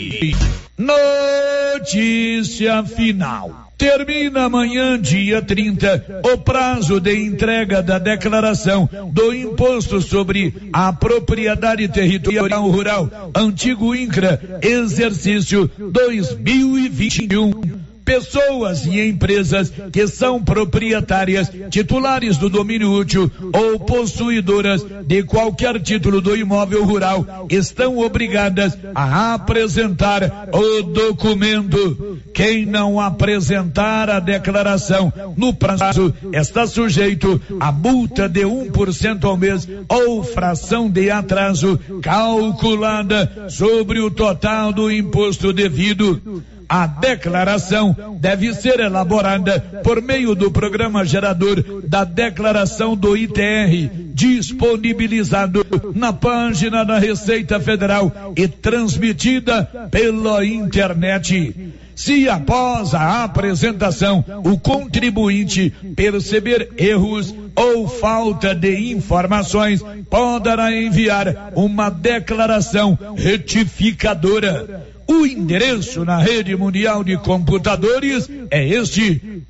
Notícia final. Termina amanhã, dia 30, o prazo de entrega da declaração do Imposto sobre a Propriedade Territorial Rural, antigo INCRA, exercício 2021. Pessoas e empresas que são proprietárias, titulares do domínio útil ou possuidoras de qualquer título do imóvel rural estão obrigadas a apresentar o documento. Quem não apresentar a declaração no prazo está sujeito a multa de 1% ao mês ou fração de atraso calculada sobre o total do imposto devido. A declaração deve ser elaborada por meio do programa gerador da declaração do ITR, disponibilizado na página da Receita Federal e transmitida pela internet. Se após a apresentação o contribuinte perceber erros ou falta de informações, poderá enviar uma declaração retificadora. O endereço na rede mundial de computadores é este: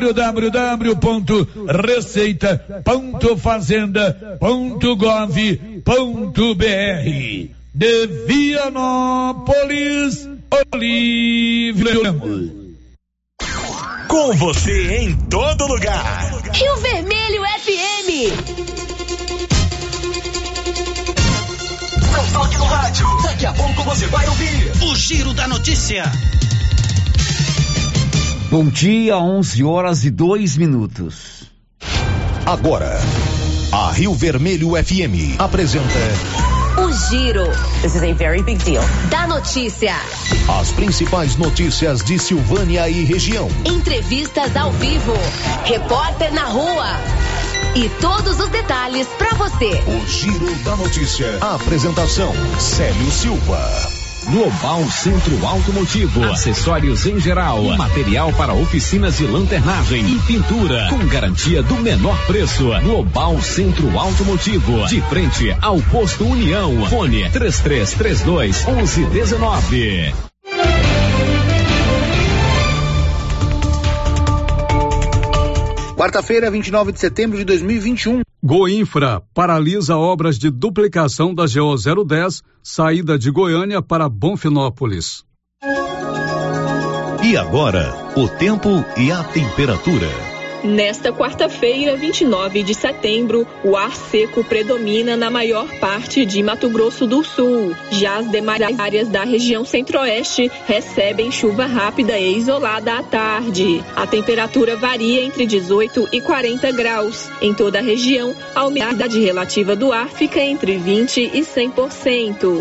www.receita.fazenda.gov.br. De Vianópolis, Olívio Ramos. Com você em todo lugar. Rio Vermelho FM. Não toque no rádio. Daqui a pouco você vai ouvir o Giro da Notícia. Bom dia, 11h02. Agora, a Rio Vermelho FM apresenta o Giro. This is a very big deal. Da notícia. As principais notícias de Silvânia e região. Entrevistas ao vivo. Repórter na rua. E todos os detalhes para você. O Giro da Notícia. A apresentação: Célio Silva. Global Centro Automotivo, acessórios em geral, material para oficinas de lanternagem e pintura, com garantia do menor preço. Global Centro Automotivo, de frente ao posto União. Fone 3332-1119. Quarta-feira, 29 de setembro de 2021. Goinfra paralisa obras de duplicação da GO 010, saída de Goiânia para Bonfinópolis. E agora, o tempo e a temperatura. Nesta quarta-feira, 29 de setembro, o ar seco predomina na maior parte de Mato Grosso do Sul. Já as demais áreas da região centro-oeste recebem chuva rápida e isolada à tarde. A temperatura varia entre 18 e 40 graus. Em toda a região, a umidade relativa do ar fica entre 20 e 100%.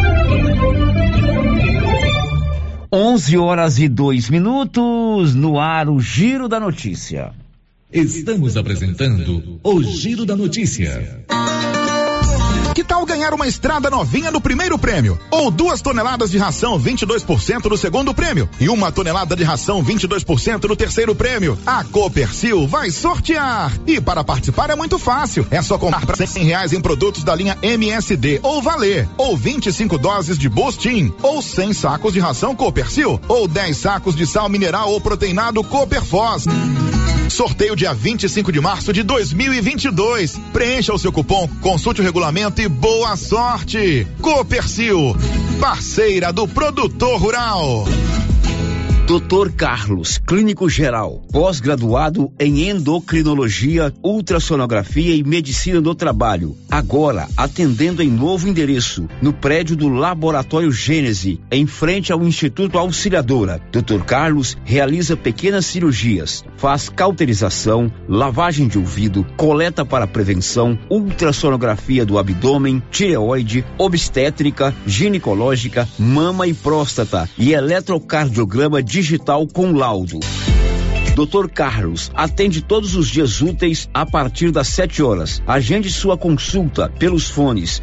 11h02, no ar o Giro da Notícia. Estamos apresentando o Giro da Notícia. Que tal ganhar uma estrada novinha no primeiro prêmio? Ou 2 toneladas de ração 22% no segundo prêmio? E 1 tonelada de ração 22% no terceiro prêmio? A Copercil vai sortear! E para participar é muito fácil. É só comprar R$100 em produtos da linha MSD ou Valer. Ou 25 doses de Bostin. Ou 100 sacos de ração Copercil. Ou 10 sacos de sal mineral ou proteinado Coperfós. Sorteio dia 25 de março de 2022. Preencha o seu cupom, consulte o regulamento e boa sorte. Copercil, parceira do produtor rural. Dr. Carlos, clínico geral, pós-graduado em endocrinologia, ultrassonografia e medicina do trabalho. Agora, atendendo em novo endereço, no prédio do Laboratório Gênese, em frente ao Instituto Auxiliadora. Dr. Carlos realiza pequenas cirurgias, faz cauterização, lavagem de ouvido, coleta para prevenção, ultrassonografia do abdômen, tireoide, obstétrica, ginecológica, mama e próstata e eletrocardiograma digital com laudo. Dr. Carlos atende todos os dias úteis a partir das 7 horas. Agende sua consulta pelos fones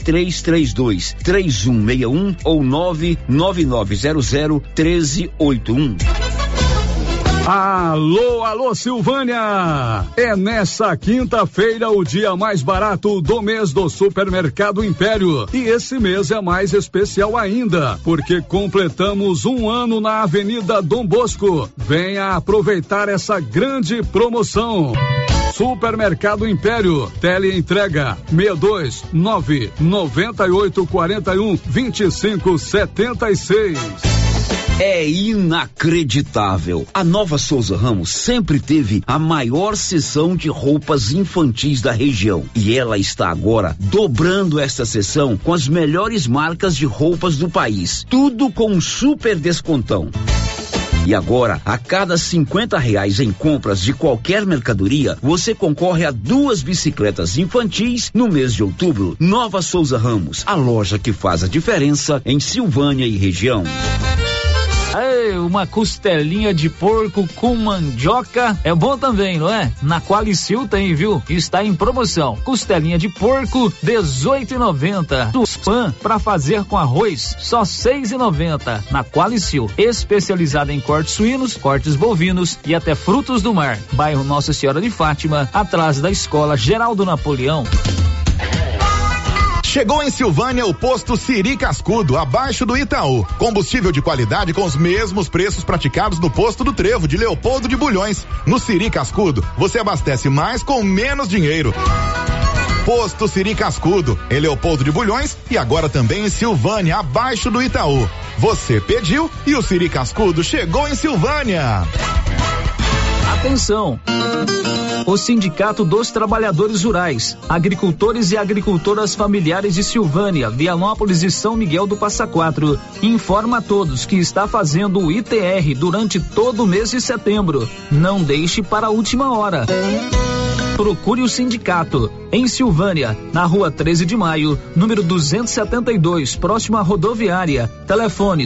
3332-3161 ou 99900-1381. Alô, alô, Silvânia! É nessa quinta-feira o dia mais barato do mês do Supermercado Império. E esse mês é mais especial ainda, porque completamos um ano na Avenida Dom Bosco. Venha aproveitar essa grande promoção. Supermercado Império, teleentrega 629-9841-2576. É inacreditável. A Nova Souza Ramos sempre teve a maior seção de roupas infantis da região. E ela está agora dobrando esta seção com as melhores marcas de roupas do país. Tudo com um super descontão. E agora, a cada R$50 em compras de qualquer mercadoria, você concorre a 2 bicicletas infantis no mês de outubro. Nova Souza Ramos, a loja que faz a diferença em Silvânia e região. Uma costelinha de porco com mandioca é bom também, não é? Na Qualicil tem, viu? Está em promoção. Costelinha de porco, R$18,90. Do pan para fazer com arroz, só R$6,90. Na Qualicil, especializada em cortes suínos, cortes bovinos e até frutos do mar. Bairro Nossa Senhora de Fátima, atrás da Escola Geraldo Napoleão. Chegou em Silvânia o posto Siri Cascudo, abaixo do Itaú. Combustível de qualidade com os mesmos preços praticados no posto do Trevo de Leopoldo de Bulhões. No Siri Cascudo, você abastece mais com menos dinheiro. Posto Siri Cascudo, em Leopoldo de Bulhões e agora também em Silvânia, abaixo do Itaú. Você pediu e o Siri Cascudo chegou em Silvânia. Atenção! O Sindicato dos Trabalhadores Rurais, Agricultores e Agricultoras Familiares de Silvânia, Vianópolis e São Miguel do Passa Quatro informa a todos que está fazendo o ITR durante todo o mês de setembro. Não deixe para a última hora. Procure o sindicato em Silvânia, na Rua 13 de Maio, número 272, próximo à rodoviária. Telefone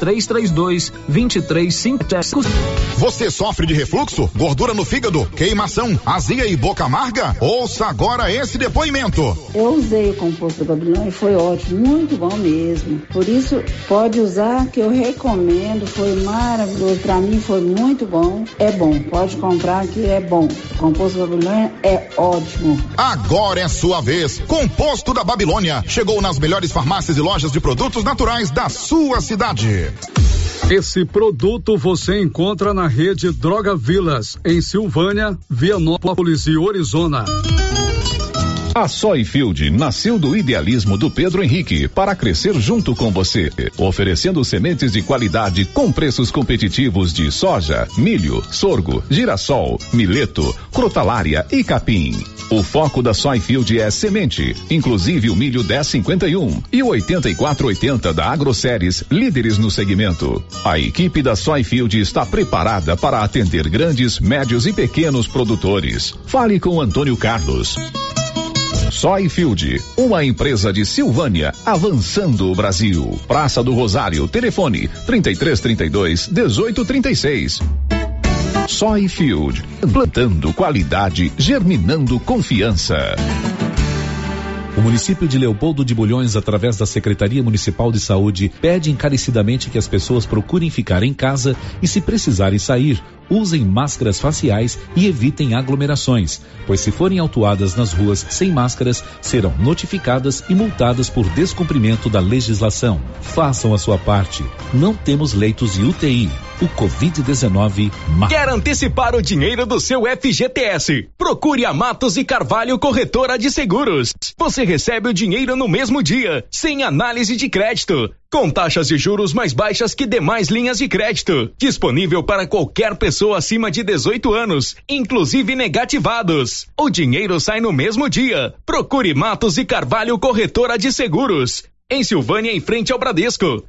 3332-2357. Você sofre de refluxo, gordura no fígado, queimação, azia e boca amarga? Ouça agora esse depoimento. Eu usei o composto da Babilônia e foi ótimo, muito bom mesmo. Por isso, pode usar, que eu recomendo, foi maravilhoso. Pra mim foi muito bom. É bom, pode comprar que é bom. O composto da Babilônia é ótimo. Agora é sua vez. Composto da Babilônia chegou nas melhores farmácias e lojas de produtos naturais da sua cidade. Esse produto você encontra na rede Droga Vilas, em Silvânia, Vianópolis e Orizona. A Soyfield nasceu do idealismo do Pedro Henrique para crescer junto com você, oferecendo sementes de qualidade com preços competitivos de soja, milho, sorgo, girassol, mileto, crotalária e capim. O foco da Soyfield é semente, inclusive o milho 1051 e o 8480 da AgroSéries, líderes no segmento. A equipe da Soyfield está preparada para atender grandes, médios e pequenos produtores. Fale com Antônio Carlos. Soyfield, uma empresa de Silvânia, avançando o Brasil. Praça do Rosário, telefone 3332-1836. Soyfield, plantando qualidade, germinando confiança. O município de Leopoldo de Bulhões, através da Secretaria Municipal de Saúde, pede encarecidamente que as pessoas procurem ficar em casa e, se precisarem sair, usem máscaras faciais e evitem aglomerações, pois se forem autuadas nas ruas sem máscaras, serão notificadas e multadas por descumprimento da legislação. Façam a sua parte. Não temos leitos de UTI. O Covid-19 mata. Quer antecipar o dinheiro do seu FGTS? Procure a Matos e Carvalho Corretora de Seguros. Você recebe o dinheiro no mesmo dia, sem análise de crédito, com taxas de juros mais baixas que demais linhas de crédito. Disponível para qualquer pessoa acima de 18 anos, inclusive negativados. O dinheiro sai no mesmo dia. Procure Matos e Carvalho Corretora de Seguros. Em Silvânia, em frente ao Bradesco.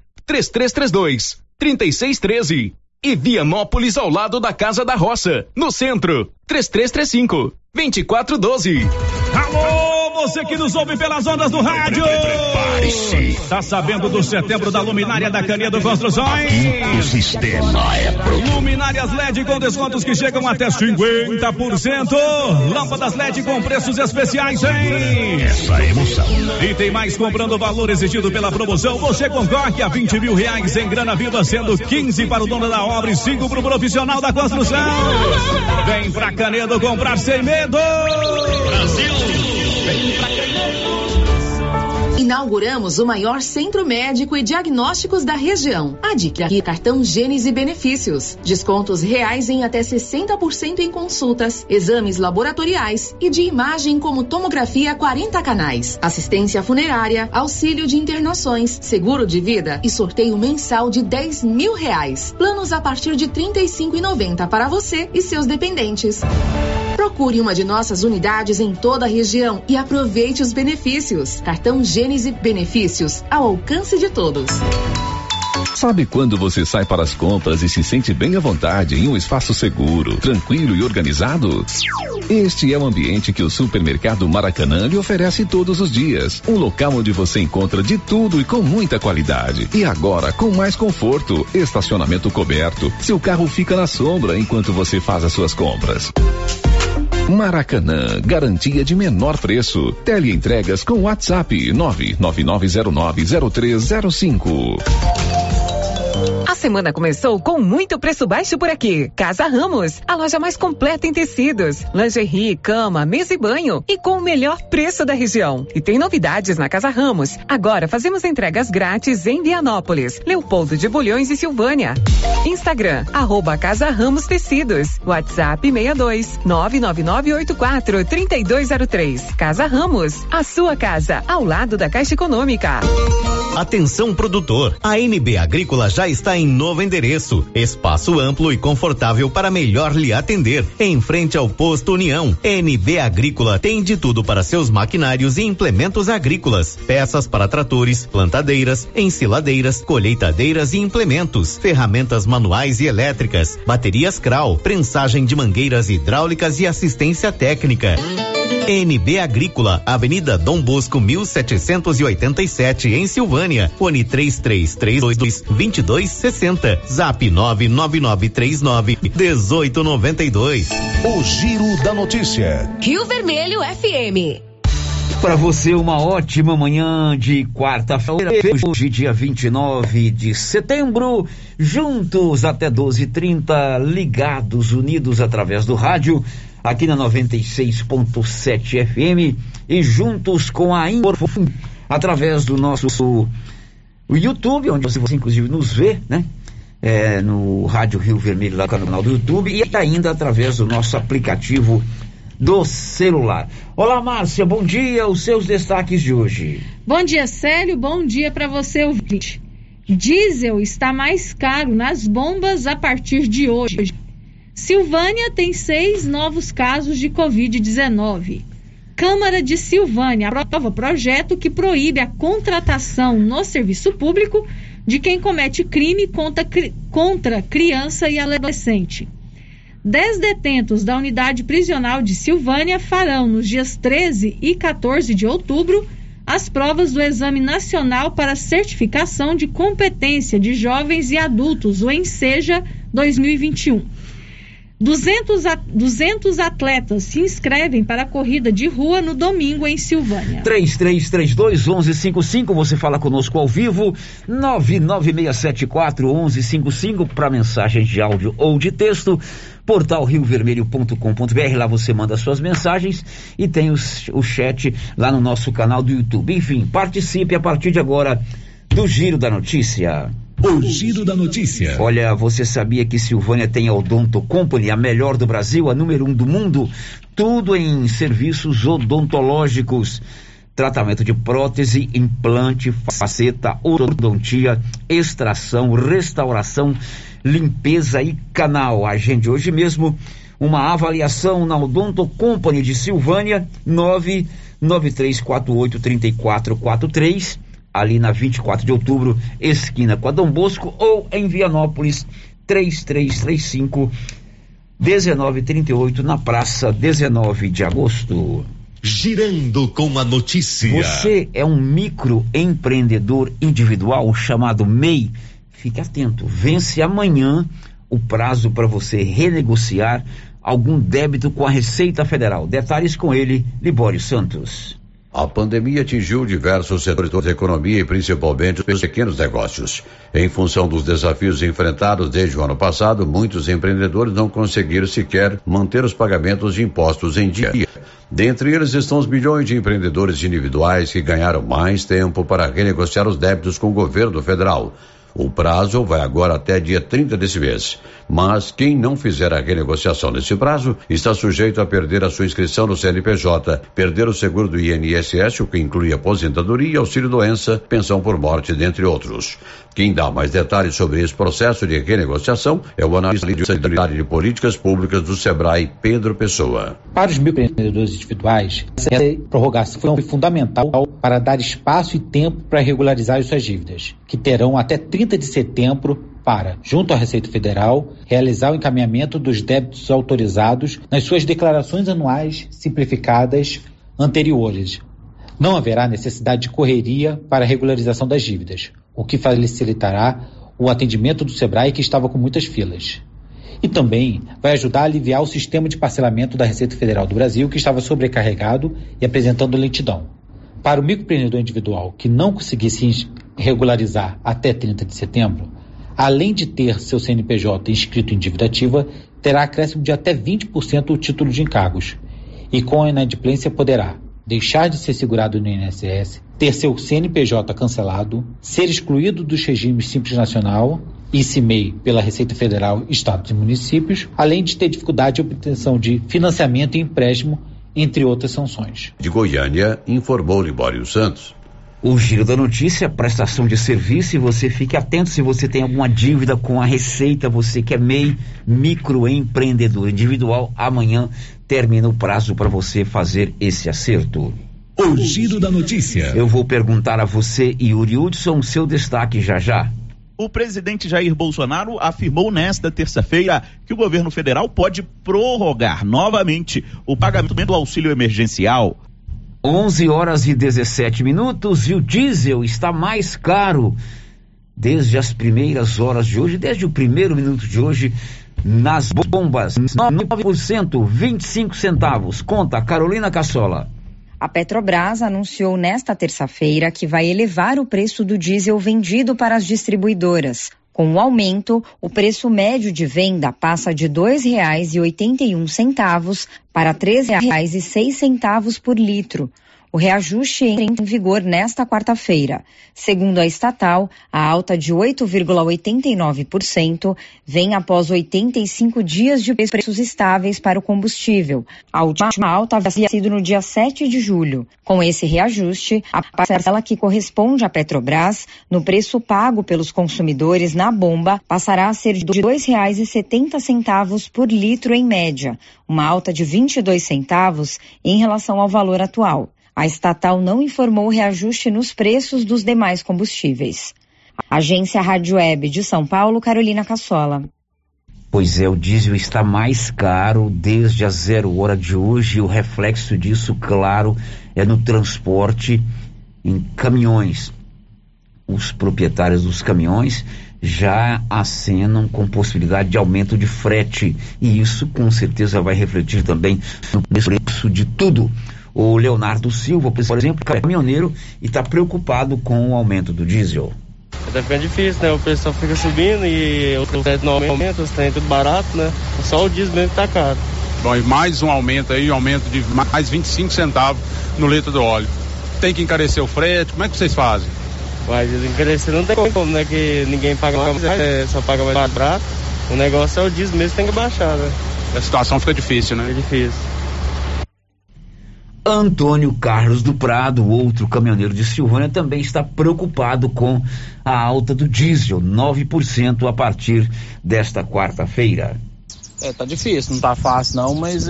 3332-3613. E Vianópolis, ao lado da Casa da Roça, no centro. 3335-2412. Alô, você que nos ouve pelas ondas do rádio. Tá sabendo do setembro da luminária da Canedo Construções? O sistema é pronto. Luminárias LED com descontos que chegam até 50%. Lâmpadas LED com preços especiais, hein? Essa emoção. E tem mais, comprando o valor exigido pela promoção, você concorre a R$20 mil em grana viva, sendo 15 para o dono da obra e 5 para o profissional da construção. Vem pra Canedo comprar sem medo. Brasil. Vem pra Canedo. Inauguramos o maior centro médico e diagnósticos da região. Adquira cartão Gênese Benefícios. Descontos reais em até 60% em consultas, exames laboratoriais e de imagem como tomografia 40 canais. Assistência funerária, auxílio de internações, seguro de vida e sorteio mensal de R$10 mil. Planos a partir de R$ 35,90 para você e seus dependentes. Procure uma de nossas unidades em toda a região e aproveite os benefícios. Cartão Gênese Benefícios, ao alcance de todos. Sabe quando você sai para as compras e se sente bem à vontade em um espaço seguro, tranquilo e organizado? Este é o ambiente que o Supermercado Maracanã lhe oferece todos os dias. Um local onde você encontra de tudo e com muita qualidade. E agora com mais conforto, estacionamento coberto. Seu carro fica na sombra enquanto você faz as suas compras. Maracanã, garantia de menor preço. Teleentregas com WhatsApp 999090305. A semana começou com muito preço baixo por aqui. Casa Ramos, a loja mais completa em tecidos, lingerie, cama, mesa e banho e com o melhor preço da região. E tem novidades na Casa Ramos. Agora fazemos entregas grátis em Vianópolis, Leopoldo de Bulhões e Silvânia. Instagram, @Casa Ramos Tecidos. WhatsApp 62 99984 3203. Casa Ramos, a sua casa, ao lado da Caixa Econômica. Atenção produtor, a NB Agrícola já está em novo endereço, espaço amplo e confortável para melhor lhe atender, em frente ao Posto União. NB Agrícola tem de tudo para seus maquinários e implementos agrícolas, peças para tratores, plantadeiras, ensiladeiras, colheitadeiras e implementos, ferramentas manuais e elétricas, baterias Kral, prensagem de mangueiras hidráulicas e assistência técnica. NB Agrícola, Avenida Dom Bosco 1787, em Silvânia. Fone 3332-2260. Zap 99939-1892. O Giro da Notícia. Rio Vermelho FM. Para você, uma ótima manhã de quarta-feira, hoje dia 29 de setembro, juntos até 12h30, ligados, unidos através do rádio, aqui na 96.7 FM e juntos com a Inform, através do nosso o YouTube, onde você inclusive nos vê, né? No Rádio Rio Vermelho, lá no canal do YouTube, e ainda através do nosso aplicativo do celular. Olá, Márcia, bom dia, os seus destaques de hoje. Bom dia, Célio, bom dia para você, ouvinte. Diesel está mais caro nas bombas a partir de hoje. Silvânia tem 6 novos casos de Covid-19. Câmara de Silvânia aprova projeto que proíbe a contratação no serviço público de quem comete crime contra criança e adolescente. 10 detentos da unidade prisional de Silvânia farão, nos dias 13 e 14 de outubro, as provas do Exame Nacional para Certificação de Competência de Jovens e Adultos, o ENSEJA 2021. 200 atletas se inscrevem para a corrida de rua no domingo em Silvânia. 3332-1155, você fala conosco ao vivo, 99674-1155 para mensagens de áudio ou de texto, portal riovermelho.com.br, lá você manda suas mensagens e tem o chat lá no nosso canal do YouTube. Enfim, participe a partir de agora do Giro da Notícia. O Giro da Notícia. Olha, você sabia que Silvânia tem a Odonto Company, a melhor do Brasil, a número 1 do mundo? Tudo em serviços odontológicos. Tratamento de prótese, implante, faceta, orodontia, extração, restauração, limpeza e canal. Agende hoje mesmo uma avaliação na Odonto Company de Silvânia, 99348-3443. Ali na 24 de outubro, esquina com a Dom Bosco, ou em Vianópolis, 3335-1938, na praça 19 de agosto. Girando com a notícia. Você é um microempreendedor individual chamado MEI? Fique atento, vence amanhã o prazo para você renegociar algum débito com a Receita Federal. Detalhes com ele, Libório Santos. A pandemia atingiu diversos setores da economia e principalmente os pequenos negócios. Em função dos desafios enfrentados desde o ano passado, muitos empreendedores não conseguiram sequer manter os pagamentos de impostos em dia. Dentre eles estão os milhões de empreendedores individuais que ganharam mais tempo para renegociar os débitos com o governo federal. O prazo vai agora até dia 30 desse mês. Mas quem não fizer a renegociação nesse prazo está sujeito a perder a sua inscrição no CNPJ, perder o seguro do INSS, o que inclui aposentadoria, auxílio-doença, pensão por morte, dentre outros. Quem dá mais detalhes sobre esse processo de renegociação é o analista de políticas públicas do Sebrae, Pedro Pessoa. Para os microempreendedores individuais, essa prorrogação foi fundamental para dar espaço e tempo para regularizar as suas dívidas, que terão até 30 de setembro para, junto à Receita Federal, realizar o encaminhamento dos débitos autorizados nas suas declarações anuais simplificadas anteriores. Não haverá necessidade de correria para a regularização das dívidas, o que facilitará o atendimento do Sebrae, que estava com muitas filas. E também vai ajudar a aliviar o sistema de parcelamento da Receita Federal do Brasil, que estava sobrecarregado e apresentando lentidão. Para o microempreendedor individual que não conseguisse regularizar até 30 de setembro, além de ter seu CNPJ inscrito em dívida ativa, terá acréscimo de até 20% o título de encargos. E com a inadimplência poderá deixar de ser segurado no INSS, ter seu CNPJ cancelado, ser excluído dos regimes Simples Nacional e CIMEI pela Receita Federal, Estados e Municípios, além de ter dificuldade de obtenção de financiamento e empréstimo, entre outras sanções. De Goiânia, informou Libório Santos. O Giro da Notícia, prestação de serviço, e você fique atento se você tem alguma dívida com a Receita, você que é MEI, microempreendedor individual, amanhã termina o prazo para você fazer esse acerto. O Giro da Notícia. Eu vou perguntar a você, Yuri Hudson, seu destaque já já. O presidente Jair Bolsonaro afirmou nesta terça-feira que o governo federal pode prorrogar novamente o pagamento do auxílio emergencial. 11h17 e o diesel está mais caro desde as primeiras horas de hoje, desde o primeiro minuto de hoje, nas bombas, 9%, 25 centavos. Conta, Carolina Cassola. A Petrobras anunciou nesta terça-feira que vai elevar o preço do diesel vendido para as distribuidoras. Com o aumento, o preço médio de venda passa de R$ 2,81 para R$ 3,06 por litro. O reajuste entra em vigor nesta quarta-feira. Segundo a estatal, a alta de 8,89% vem após 85 dias de preços estáveis para o combustível. A última alta havia sido no dia 7 de julho. Com esse reajuste, a parcela que corresponde à Petrobras no preço pago pelos consumidores na bomba passará a ser de R$ 2,70 por litro em média, uma alta de 22 centavos em relação ao valor atual. A estatal não informou o reajuste nos preços dos demais combustíveis. Agência Rádio Web de São Paulo, Carolina Cassola. Pois é, o diesel está mais caro desde a 0 hora de hoje, e o reflexo disso, claro, é no transporte em caminhões. Os proprietários dos caminhões já acenam com possibilidade de aumento de frete, e isso com certeza vai refletir também no preço de tudo. O Leonardo Silva, por exemplo, é caminhoneiro e está preocupado com o aumento do diesel. Tá ficando difícil, né? O preço só fica subindo e o frete não aumenta, os trem tudo barato, né? Só o diesel mesmo que tá caro. Bom, e mais um aumento aí, um aumento de mais 25 centavos no litro do óleo. Tem que encarecer o frete, como é que vocês fazem? Mas encarecer não tem como, né? Que ninguém paga mais, só paga mais barato. O negócio é o diesel mesmo, tem que baixar, né? A situação fica difícil, né? É difícil. Antônio Carlos do Prado, outro caminhoneiro de Silvânia, também está preocupado com a alta do diesel, 9% a partir desta quarta-feira. Tá difícil, não tá fácil não, mas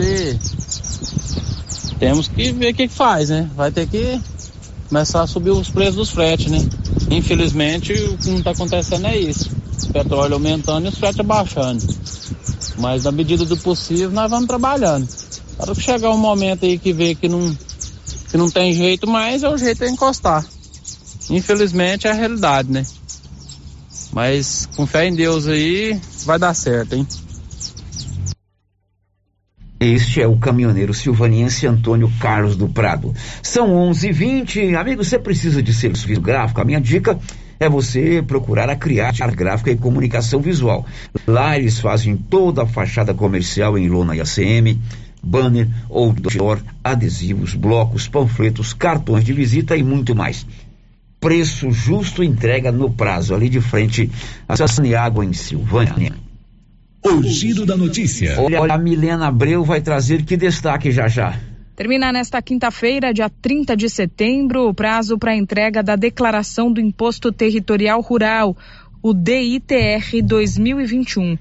temos que ver o que faz, né? Vai ter que começar a subir os preços dos fretes, né? Infelizmente, o que não tá acontecendo é isso. O petróleo aumentando e os fretes abaixando. Mas na medida do possível, nós vamos trabalhando. Para que chegar um momento aí que vê que não Se não tem jeito mais, o jeito é encostar. Infelizmente é a realidade, né? Mas com fé em Deus aí, vai dar certo, hein? Este é o caminhoneiro silvaniense Antônio Carlos do Prado. São 11h20. Amigo, você precisa de serviço gráfico? A minha dica é você procurar a Criarte Gráfica e Comunicação Visual. Lá eles fazem toda a fachada comercial em lona e ACM, banner, outdoor, adesivos, blocos, panfletos, cartões de visita e muito mais. Preço justo, entrega no prazo, ali de frente a Saniágua em Silvânia. O Giro da Notícia. Olha, a Milena Abreu vai trazer que destaque já. Termina nesta quinta-feira, dia 30 de setembro, o prazo para entrega da Declaração do Imposto Territorial Rural, o DITR 2021.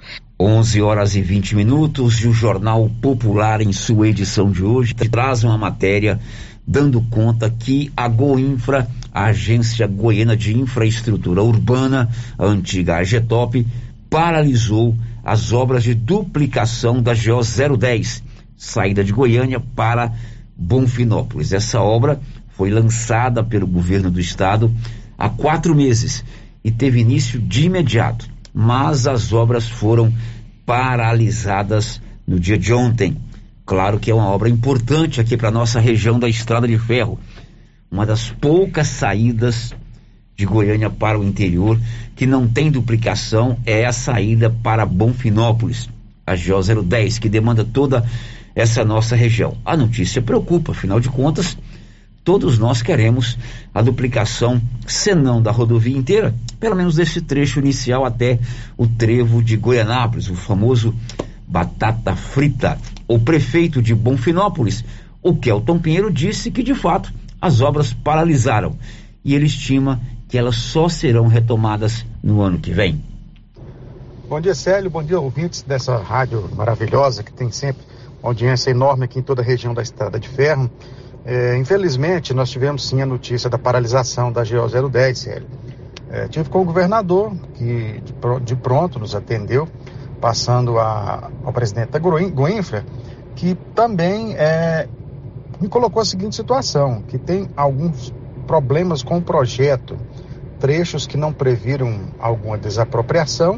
11h20 e o Jornal Popular, em sua edição de hoje, traz uma matéria dando conta que a Goinfra, a Agência Goiana de Infraestrutura Urbana, a antiga AGETOP, paralisou as obras de duplicação da GO 010, saída de Goiânia para Bonfinópolis. Essa obra foi lançada pelo governo do estado há 4 meses e teve início de imediato, mas as obras foram paralisadas no dia de ontem. Claro que é uma obra importante aqui para nossa região da Estrada de Ferro, uma das poucas saídas de Goiânia para o interior que não tem duplicação, é a saída para Bonfinópolis, a GO 010, que demanda toda essa nossa região. A notícia preocupa, afinal de contas, todos nós queremos a duplicação, se não da rodovia inteira, pelo menos desse trecho inicial até o trevo de Goianápolis, o famoso batata frita. O prefeito de Bonfinópolis, o Kelton Pinheiro, disse que de fato as obras paralisaram e ele estima que elas só serão retomadas no ano que vem. Bom dia, Célio, bom dia, ouvintes dessa rádio maravilhosa que tem sempre uma audiência enorme aqui em toda a região da Estrada de Ferro. Infelizmente, nós tivemos sim a notícia da paralisação da GO 010, Célio. Tive com o governador, que de pronto nos atendeu, passando ao presidente da Goinfra, que também me colocou a seguinte situação, que tem alguns problemas com o projeto, trechos que não previram alguma desapropriação,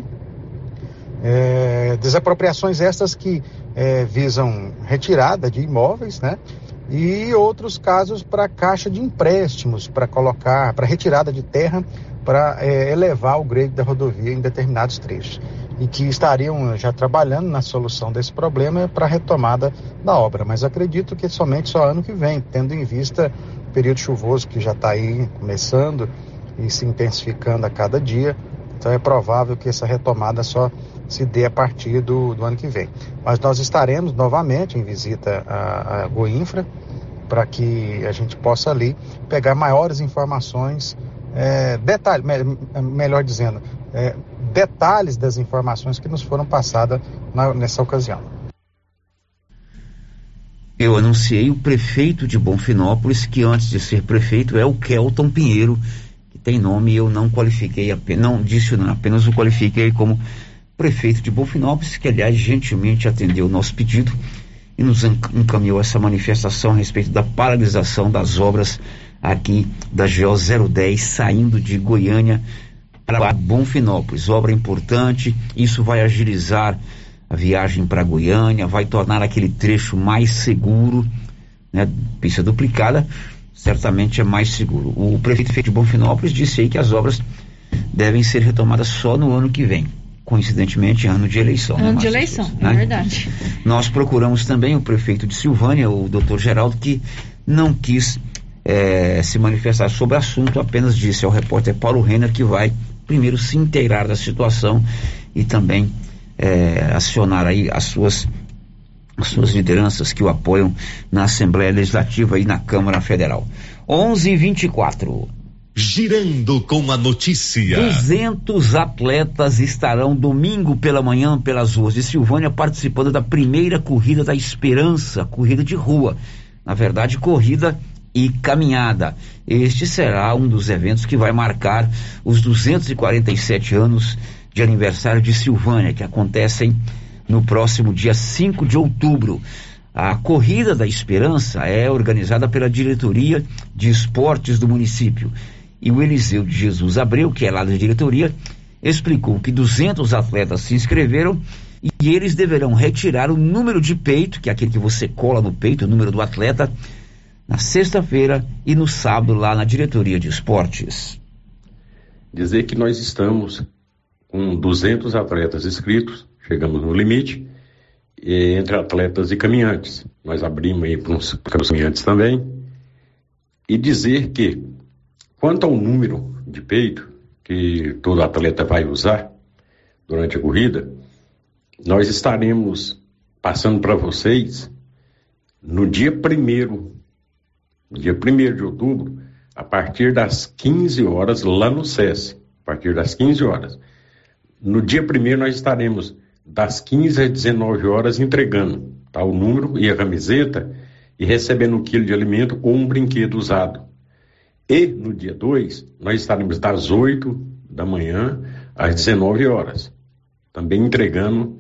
desapropriações estas que visam retirada de imóveis, né? E outros casos para caixa de empréstimos, para retirada de terra, para elevar o grade da rodovia em determinados trechos. E que estariam já trabalhando na solução desse problema para a retomada da obra. Mas acredito que somente só ano que vem, tendo em vista o período chuvoso que já está aí começando e se intensificando a cada dia. Então é provável que essa retomada só se dê a partir do ano que vem. Mas nós estaremos novamente em visita à Goinfra para que a gente possa ali pegar maiores informações, detalhes das informações que nos foram passadas nessa ocasião. Eu anunciei o prefeito de Bonfinópolis, que antes de ser prefeito é o Kelton Pinheiro, que tem nome e eu não qualifiquei, apenas o qualifiquei como prefeito de Bonfinópolis, que aliás gentilmente atendeu o nosso pedido e nos encaminhou essa manifestação a respeito da paralisação das obras aqui da GO 010, saindo de Goiânia para Bonfinópolis. Obra importante, isso vai agilizar a viagem para Goiânia, vai tornar aquele trecho mais seguro, né? Pista duplicada, certamente é mais seguro. O prefeito de Bonfinópolis disse aí que as obras devem ser retomadas só no ano que vem. Coincidentemente, ano de eleição. Ano de eleição, é verdade. Nós procuramos também o prefeito de Silvânia, o doutor Geraldo, que não quis se manifestar sobre o assunto, apenas disse ao repórter Paulo Renner que vai primeiro se inteirar da situação e também acionar aí as suas lideranças que o apoiam na Assembleia Legislativa e na Câmara Federal. 11h24. Girando com a notícia. 200 atletas estarão domingo pela manhã pelas ruas de Silvânia participando da primeira Corrida da Esperança, corrida de rua. Na verdade, corrida e caminhada. Este será um dos eventos que vai marcar os 247 anos de aniversário de Silvânia, que acontecem no próximo dia 5 de outubro. A Corrida da Esperança é organizada pela Diretoria de Esportes do município. E o Eliseu de Jesus Abreu, que é lá da diretoria, explicou que 200 atletas se inscreveram e eles deverão retirar o número de peito, que é aquele que você cola no peito, o número do atleta, na sexta-feira e no sábado lá na Diretoria de Esportes. Dizer que nós estamos com 200 atletas inscritos, chegamos no limite, entre atletas e caminhantes. Nós abrimos aí para os caminhantes também. E dizer que, quanto ao número de peito que todo atleta vai usar durante a corrida, nós estaremos passando para vocês no dia 1º de outubro, a partir das 15 horas, lá no SESI, a partir das 15 horas. No dia 1º nós estaremos das 15 às 19 horas entregando, tá, o número e a camiseta e recebendo 1 quilo de alimento ou um brinquedo usado. E no dia 2 nós estaremos das 8 da manhã às 19 horas, também entregando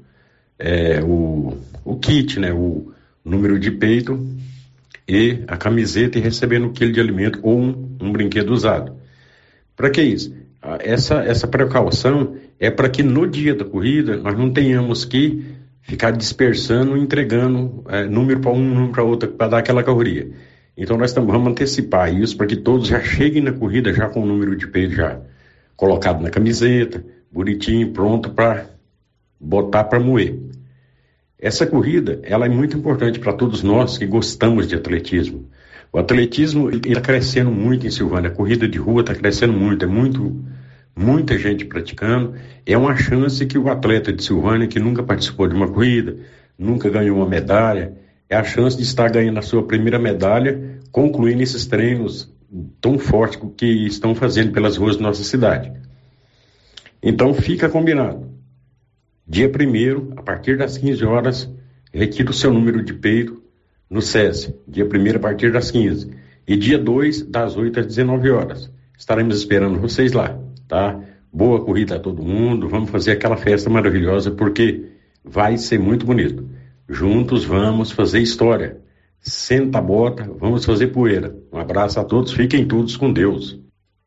o kit, né, o número de peito e a camiseta e recebendo 1 quilo de alimento ou um brinquedo usado. Para que isso? Essa precaução é para que no dia da corrida nós não tenhamos que ficar dispersando, entregando número para um, número para outro, para dar aquela correria. Então nós vamos antecipar isso para que todos já cheguem na corrida já com o número de peito já colocado na camiseta, bonitinho, pronto para botar para moer. Essa corrida, ela é muito importante para todos nós que gostamos de atletismo. O atletismo está crescendo muito em Silvânia, a corrida de rua está crescendo muito, muita gente praticando. É uma chance que o atleta de Silvânia, que nunca participou de uma corrida, nunca ganhou uma medalha, é a chance de estar ganhando a sua primeira medalha, concluindo esses treinos tão fortes que estão fazendo pelas ruas da nossa cidade. Então fica combinado. Dia 1º, a partir das 15 horas, retira o seu número de peito no SESI. Dia 1º, a partir das 15. E dia 2, das 8 às 19 horas. Estaremos esperando vocês lá, tá? Boa corrida a todo mundo. Vamos fazer aquela festa maravilhosa, porque vai ser muito bonito. Juntos vamos fazer história. Senta a bota, vamos fazer poeira. Um abraço a todos, fiquem todos com Deus.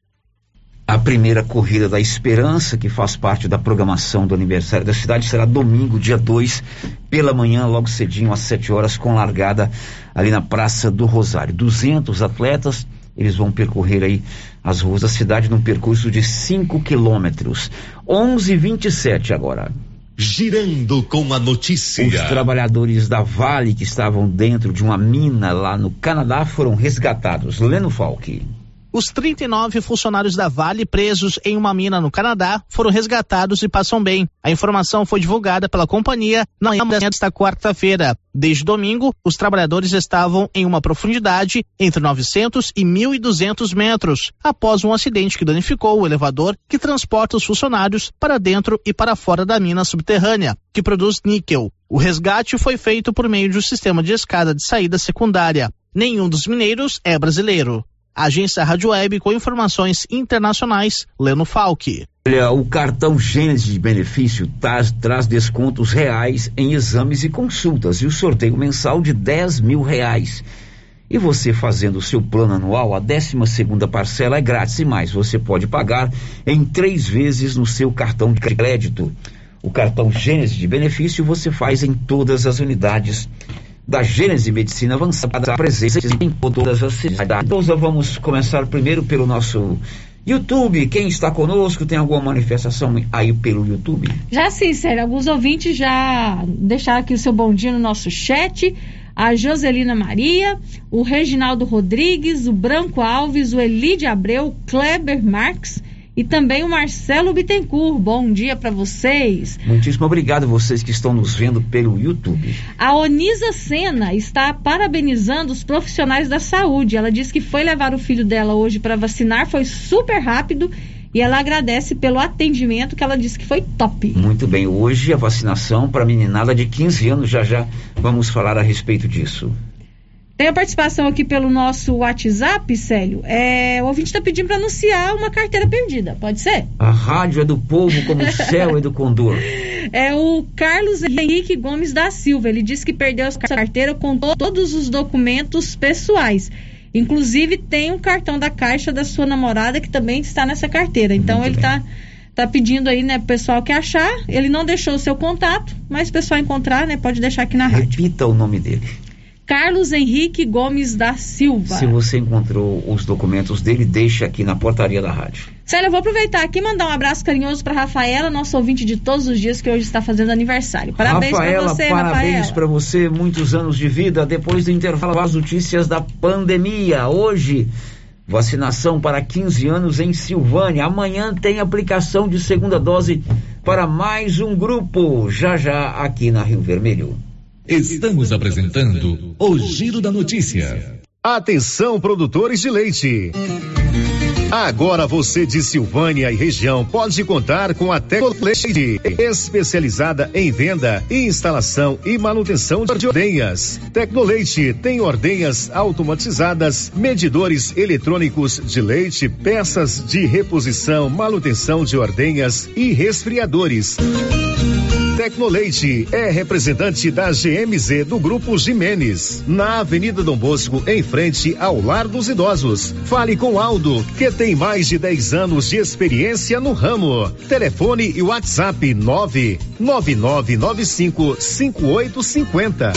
A primeira Corrida da Esperança, que faz parte da programação do aniversário da cidade, será domingo, dia 2, pela manhã, logo cedinho, às 7 horas, com largada ali na Praça do Rosário. 200 atletas, eles vão percorrer aí as ruas da cidade num percurso de 5 quilômetros. 11h27 agora. Girando com a notícia. Os trabalhadores da Vale que estavam dentro de uma mina lá no Canadá foram resgatados. Leno Falck. Os 39 funcionários da Vale presos em uma mina no Canadá foram resgatados e passam bem. A informação foi divulgada pela companhia na manhã desta quarta-feira. Desde domingo, os trabalhadores estavam em uma profundidade entre 900 e 1.200 metros, após um acidente que danificou o elevador que transporta os funcionários para dentro e para fora da mina subterrânea, que produz níquel. O resgate foi feito por meio de um sistema de escada de saída secundária. Nenhum dos mineiros é brasileiro. Agência Rádio Web com informações internacionais, Leno Falck. Olha, o cartão Gênesis de benefício traz descontos reais em exames e consultas e o sorteio mensal de R$10 mil. E você fazendo o seu plano anual, a 12ª parcela é grátis e mais, você pode pagar em 3 vezes no seu cartão de crédito. O cartão Gênesis de benefício você faz em todas as unidades da Gênese Medicina Avançada, presente em todas as cidades. Então vamos começar primeiro pelo nosso YouTube. Quem está conosco, tem alguma manifestação aí pelo YouTube? Já sim, Sérgio, alguns ouvintes já deixaram aqui o seu bom dia no nosso chat. A Joselina Maria, o Reginaldo Rodrigues, o Branco Alves, o Elide Abreu, o Kleber Marques e também o Marcelo Bittencourt. Bom dia para vocês. Muitíssimo obrigado a vocês que estão nos vendo pelo YouTube. A Onisa Sena está parabenizando os profissionais da saúde. Ela disse que foi levar o filho dela hoje para vacinar, foi super rápido e ela agradece pelo atendimento, que ela disse que foi top. Muito bem, hoje a vacinação para a meninada de 15 anos, já vamos falar a respeito disso. Tem a participação aqui pelo nosso WhatsApp, Célio. O ouvinte está pedindo para anunciar uma carteira perdida, pode ser? A rádio é do povo como o céu é do condor. É o Carlos Henrique Gomes da Silva. Ele disse que perdeu a carteira com todos os documentos pessoais. Inclusive tem um cartão da Caixa da sua namorada que também está nessa carteira. Então ele tá pedindo aí, né, pro pessoal que achar. Ele não deixou o seu contato, mas o pessoal encontrar, né, pode deixar aqui na rádio. Repita o nome dele. Carlos Henrique Gomes da Silva. Se você encontrou os documentos dele, deixa aqui na portaria da rádio. Célia, eu vou aproveitar aqui e mandar um abraço carinhoso para Rafaela, nosso ouvinte de todos os dias, que hoje está fazendo aniversário. Parabéns para você, parabéns para você, muitos anos de vida. Depois do intervalo, as notícias da pandemia. Hoje, vacinação para 15 anos em Silvânia. Amanhã tem aplicação de segunda dose para mais um grupo, já aqui na Rio Vermelho. Estamos apresentando o Giro da Notícia. Atenção, produtores de leite. Agora você de Silvânia e região pode contar com a Tecnoleite, especializada em venda, instalação e manutenção de ordenhas. Tecnoleite tem ordenhas automatizadas, medidores eletrônicos de leite, peças de reposição, manutenção de ordenhas e resfriadores. Tecnoleite é representante da GMZ do Grupo Jimenez, na Avenida Dom Bosco, em frente ao Lar dos Idosos. Fale com Aldo, que tem mais de 10 anos de experiência no ramo. Telefone e WhatsApp 999955850.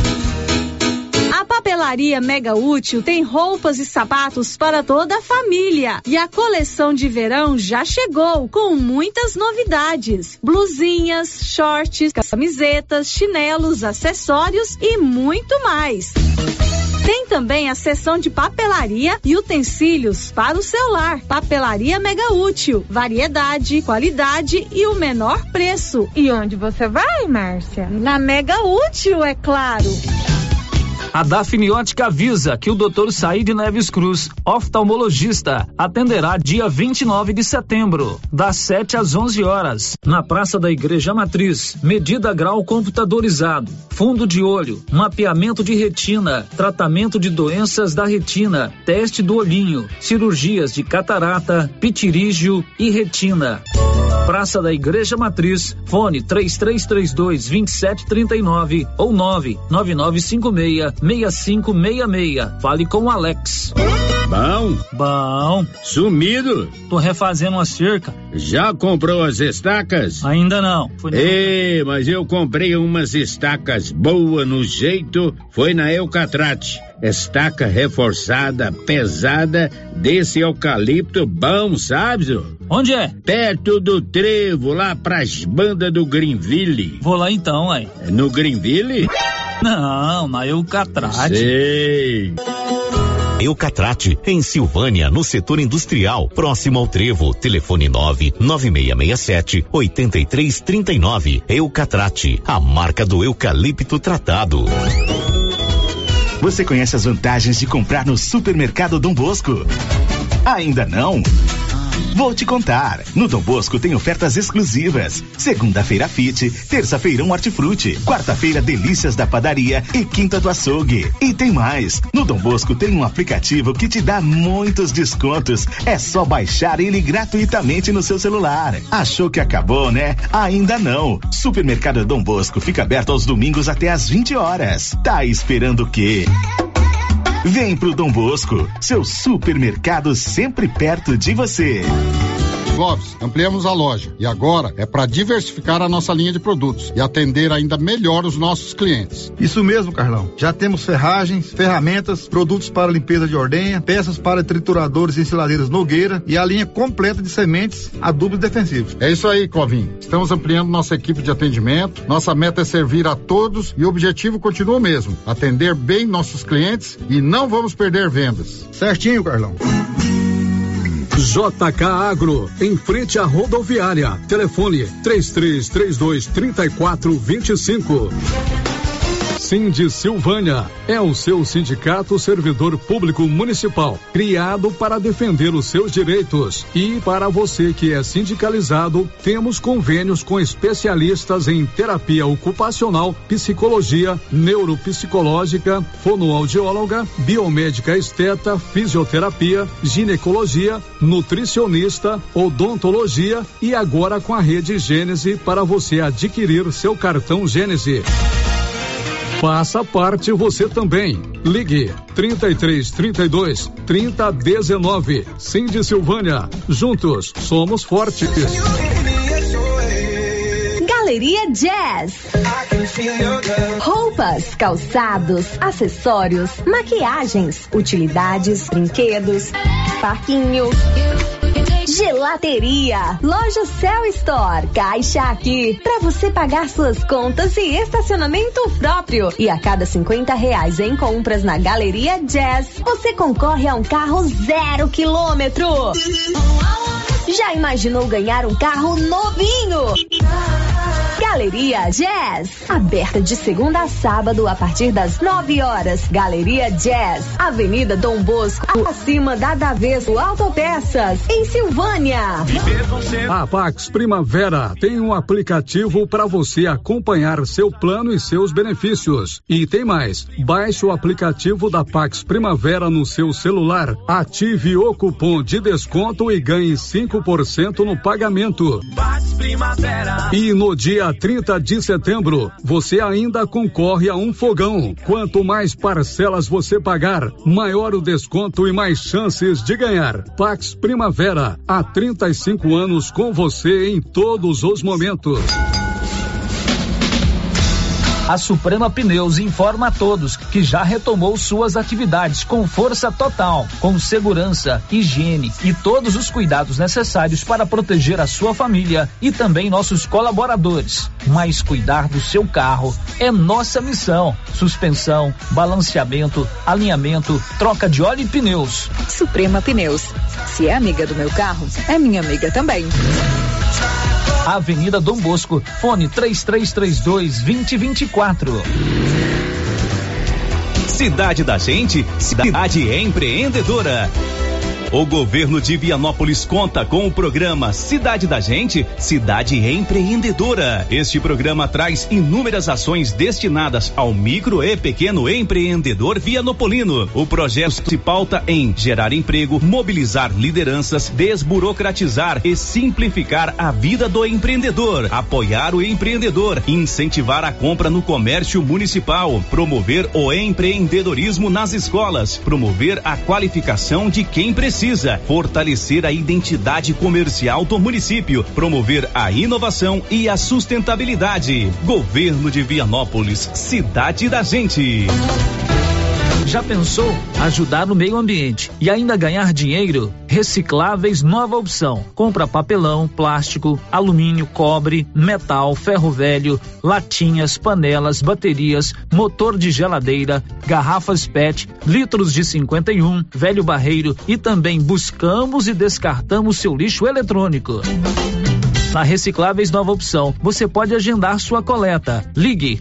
A Papelaria Mega Útil tem roupas e sapatos para toda a família. E a coleção de verão já chegou com muitas novidades. Blusinhas, shorts, camisetas, chinelos, acessórios e muito mais. Tem também a seção de papelaria e utensílios para o celular. Papelaria Mega Útil. Variedade, qualidade e o menor preço. E onde você vai, Márcia? Na Mega Útil, é claro. A Dafniótica avisa que o Dr. Saíde Neves Cruz, oftalmologista, atenderá dia 29 de setembro, das 7 às 11 horas, na Praça da Igreja Matriz. Medida grau computadorizado, fundo de olho, mapeamento de retina, tratamento de doenças da retina, teste do olhinho, cirurgias de catarata, pitirígio e retina. Praça da Igreja Matriz, fone 3332-2739 ou 99956-6566. Fale com o Alex. Bom. Sumido? Tô refazendo uma cerca. Já comprou as estacas? Ainda não. Mas eu comprei umas estacas boas no jeito, foi na Eucatrate. Estaca reforçada, pesada, desse eucalipto bom, sabe, senhor? Onde é? Perto do trevo, lá pras bandas do Greenville. Vou lá então, aí. No Greenville? Não, na Eucatrate. Sei. Eucatrate, em Silvânia, no setor industrial, próximo ao trevo. Telefone 99667-8339. Eucatrate, a marca do eucalipto tratado. Você conhece as vantagens de comprar no Supermercado Dom Bosco? Ainda não? Vou te contar. No Dom Bosco tem ofertas exclusivas. Segunda-feira Fit, terça-feira Hortifruti, quarta-feira Delícias da Padaria e quinta do Açougue. E tem mais. No Dom Bosco tem um aplicativo que te dá muitos descontos. É só baixar ele gratuitamente no seu celular. Achou que acabou, né? Ainda não. Supermercado Dom Bosco fica aberto aos domingos até às 20 horas. Tá esperando o quê? Vem pro Dom Bosco, seu supermercado sempre perto de você. Clóvis, ampliamos a loja e agora é para diversificar a nossa linha de produtos e atender ainda melhor os nossos clientes. Isso mesmo, Carlão. Já temos ferragens, ferramentas, produtos para limpeza de ordenha, peças para trituradores e ensiladeiras Nogueira e a linha completa de sementes, adubos defensivos. É isso aí, Clovinho. Estamos ampliando nossa equipe de atendimento. Nossa meta é servir a todos e o objetivo continua o mesmo: atender bem nossos clientes e não vamos perder vendas. Certinho, Carlão. JK Agro, em frente à rodoviária. Telefone 3332-3425. Sindi Silvânia é o seu sindicato servidor público municipal, criado para defender os seus direitos. E para você que é sindicalizado, temos convênios com especialistas em terapia ocupacional, psicologia, neuropsicológica, fonoaudióloga, biomédica esteta, fisioterapia, ginecologia, nutricionista, odontologia e agora com a rede Gênese para você adquirir seu cartão Gênese. Faça parte você também. Ligue 3332 3019. Sindi Silvânia. Juntos somos fortes. Galeria Jazz. Roupas, calçados, acessórios, maquiagens, utilidades, brinquedos, parquinho. Gelateria, Loja Cell Store, Caixa Aqui, para você pagar suas contas e estacionamento próprio. E a cada R$50 em compras na Galeria Jazz, você concorre a um carro 0 quilômetro. Já imaginou ganhar um carro novinho? Galeria Jazz, aberta de segunda a sábado a partir das 9 horas. Galeria Jazz, Avenida Dom Bosco, acima da Daveso Autopeças, em Silvânia. A Pax Primavera tem um aplicativo para você acompanhar seu plano e seus benefícios. E tem mais, baixe o aplicativo da Pax Primavera no seu celular, ative o cupom de desconto e ganhe 5% no pagamento. E no dia 30 de setembro, você ainda concorre a um fogão. Quanto mais parcelas você pagar, maior o desconto e mais chances de ganhar. Pax Primavera, há 35 anos com você em todos os momentos. A Suprema Pneus informa a todos que já retomou suas atividades com força total, com segurança, higiene e todos os cuidados necessários para proteger a sua família e também nossos colaboradores. Mas cuidar do seu carro é nossa missão. Suspensão, balanceamento, alinhamento, troca de óleo e pneus. Suprema Pneus. Se é amiga do meu carro, é minha amiga também. Avenida Dom Bosco, fone 3332-2024. Cidade da Gente, cidade empreendedora. O governo de Vianópolis conta com o programa Cidade da Gente, Cidade Empreendedora. Este programa traz inúmeras ações destinadas ao micro e pequeno empreendedor vianopolino. O projeto se pauta em gerar emprego, mobilizar lideranças, desburocratizar e simplificar a vida do empreendedor, apoiar o empreendedor, incentivar a compra no comércio municipal, promover o empreendedorismo nas escolas, promover a qualificação de quem precisa, fortalecer a identidade comercial do município, promover a inovação e a sustentabilidade. Governo de Vianópolis, cidade da gente. Já pensou ajudar no meio ambiente e ainda ganhar dinheiro? Recicláveis nova opção. Compra papelão, plástico, alumínio, cobre, metal, ferro velho, latinhas, panelas, baterias, motor de geladeira, garrafas PET, litros de 51, velho barreiro e também buscamos e descartamos seu lixo eletrônico. Na Recicláveis Nova Opção, você pode agendar sua coleta. Ligue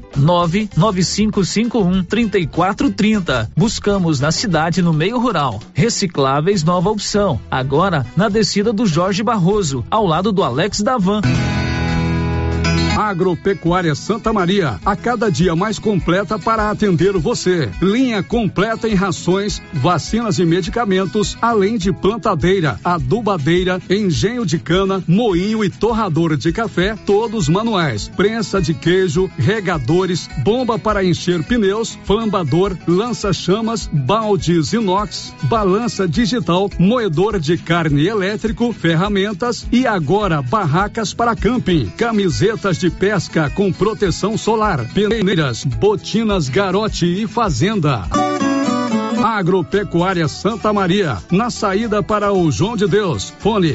99551-3430. Buscamos na cidade no meio rural. Recicláveis Nova Opção. Agora na descida do Jorge Barroso, ao lado do Alex Davan. Agropecuária Santa Maria, a cada dia mais completa para atender você. Linha completa em rações, vacinas e medicamentos, além de plantadeira, adubadeira, engenho de cana, moinho e torrador de café, todos manuais. Prensa de queijo, regadores, bomba para encher pneus, flambador, lança-chamas, baldes inox, balança digital, moedor de carne elétrico, ferramentas e agora barracas para camping, camisetas de pesca com proteção solar, peneiras, botinas Garote e Fazenda. Agropecuária Santa Maria, na saída para o João de Deus. Fone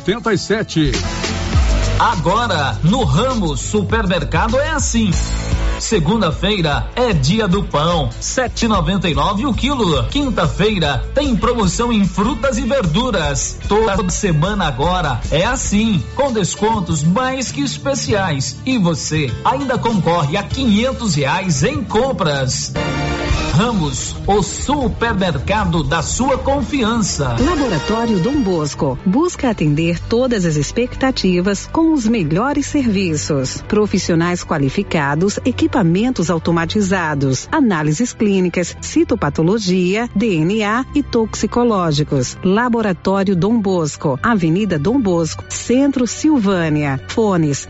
3332-2587. Agora, no Ramos Supermercado é assim. Segunda-feira é dia do pão, 7,99 o quilo. Quinta-feira tem promoção em frutas e verduras. Toda semana agora é assim, com descontos mais que especiais. E você ainda concorre a R$500 em compras. Ramos, o supermercado da sua confiança. Laboratório Dom Bosco busca atender todas as expectativas com os melhores serviços. Profissionais qualificados, equipamentos automatizados, análises clínicas, citopatologia, DNA e toxicológicos. Laboratório Dom Bosco, Avenida Dom Bosco, Centro Silvânia. Fones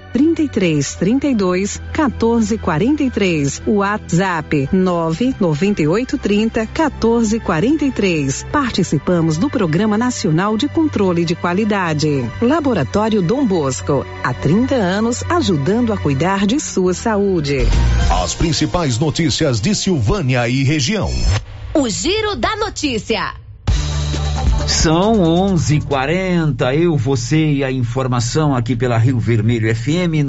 3332 1443. WhatsApp 99830 1443. Participamos do Programa Nacional de Controle de Qualidade. Laboratório Dom Bosco, há 30 anos ajudando a cuidar de sua saúde. As principais notícias de Silvânia e região. O Giro da Notícia. São 11h40, eu, você e a informação aqui pela Rio Vermelho FM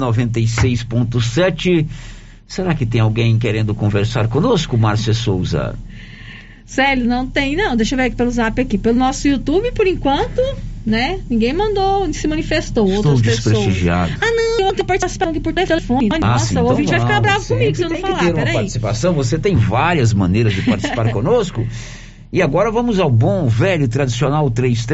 96.7. Será que tem alguém querendo conversar conosco, Márcia Souza? Célio, não tem não, deixa eu ver aqui pelo Zap aqui, pelo nosso YouTube, por enquanto, né, ninguém mandou, se manifestou. Estou outras desprestigiado. Pessoas. Ah não, eu tô participando aqui por telefone. Nossa, sim, o ouvinte vai ficar bravo comigo se eu não falar, peraí. Tem que ter uma participação, você tem várias maneiras de participar conosco. E agora vamos ao bom, velho, tradicional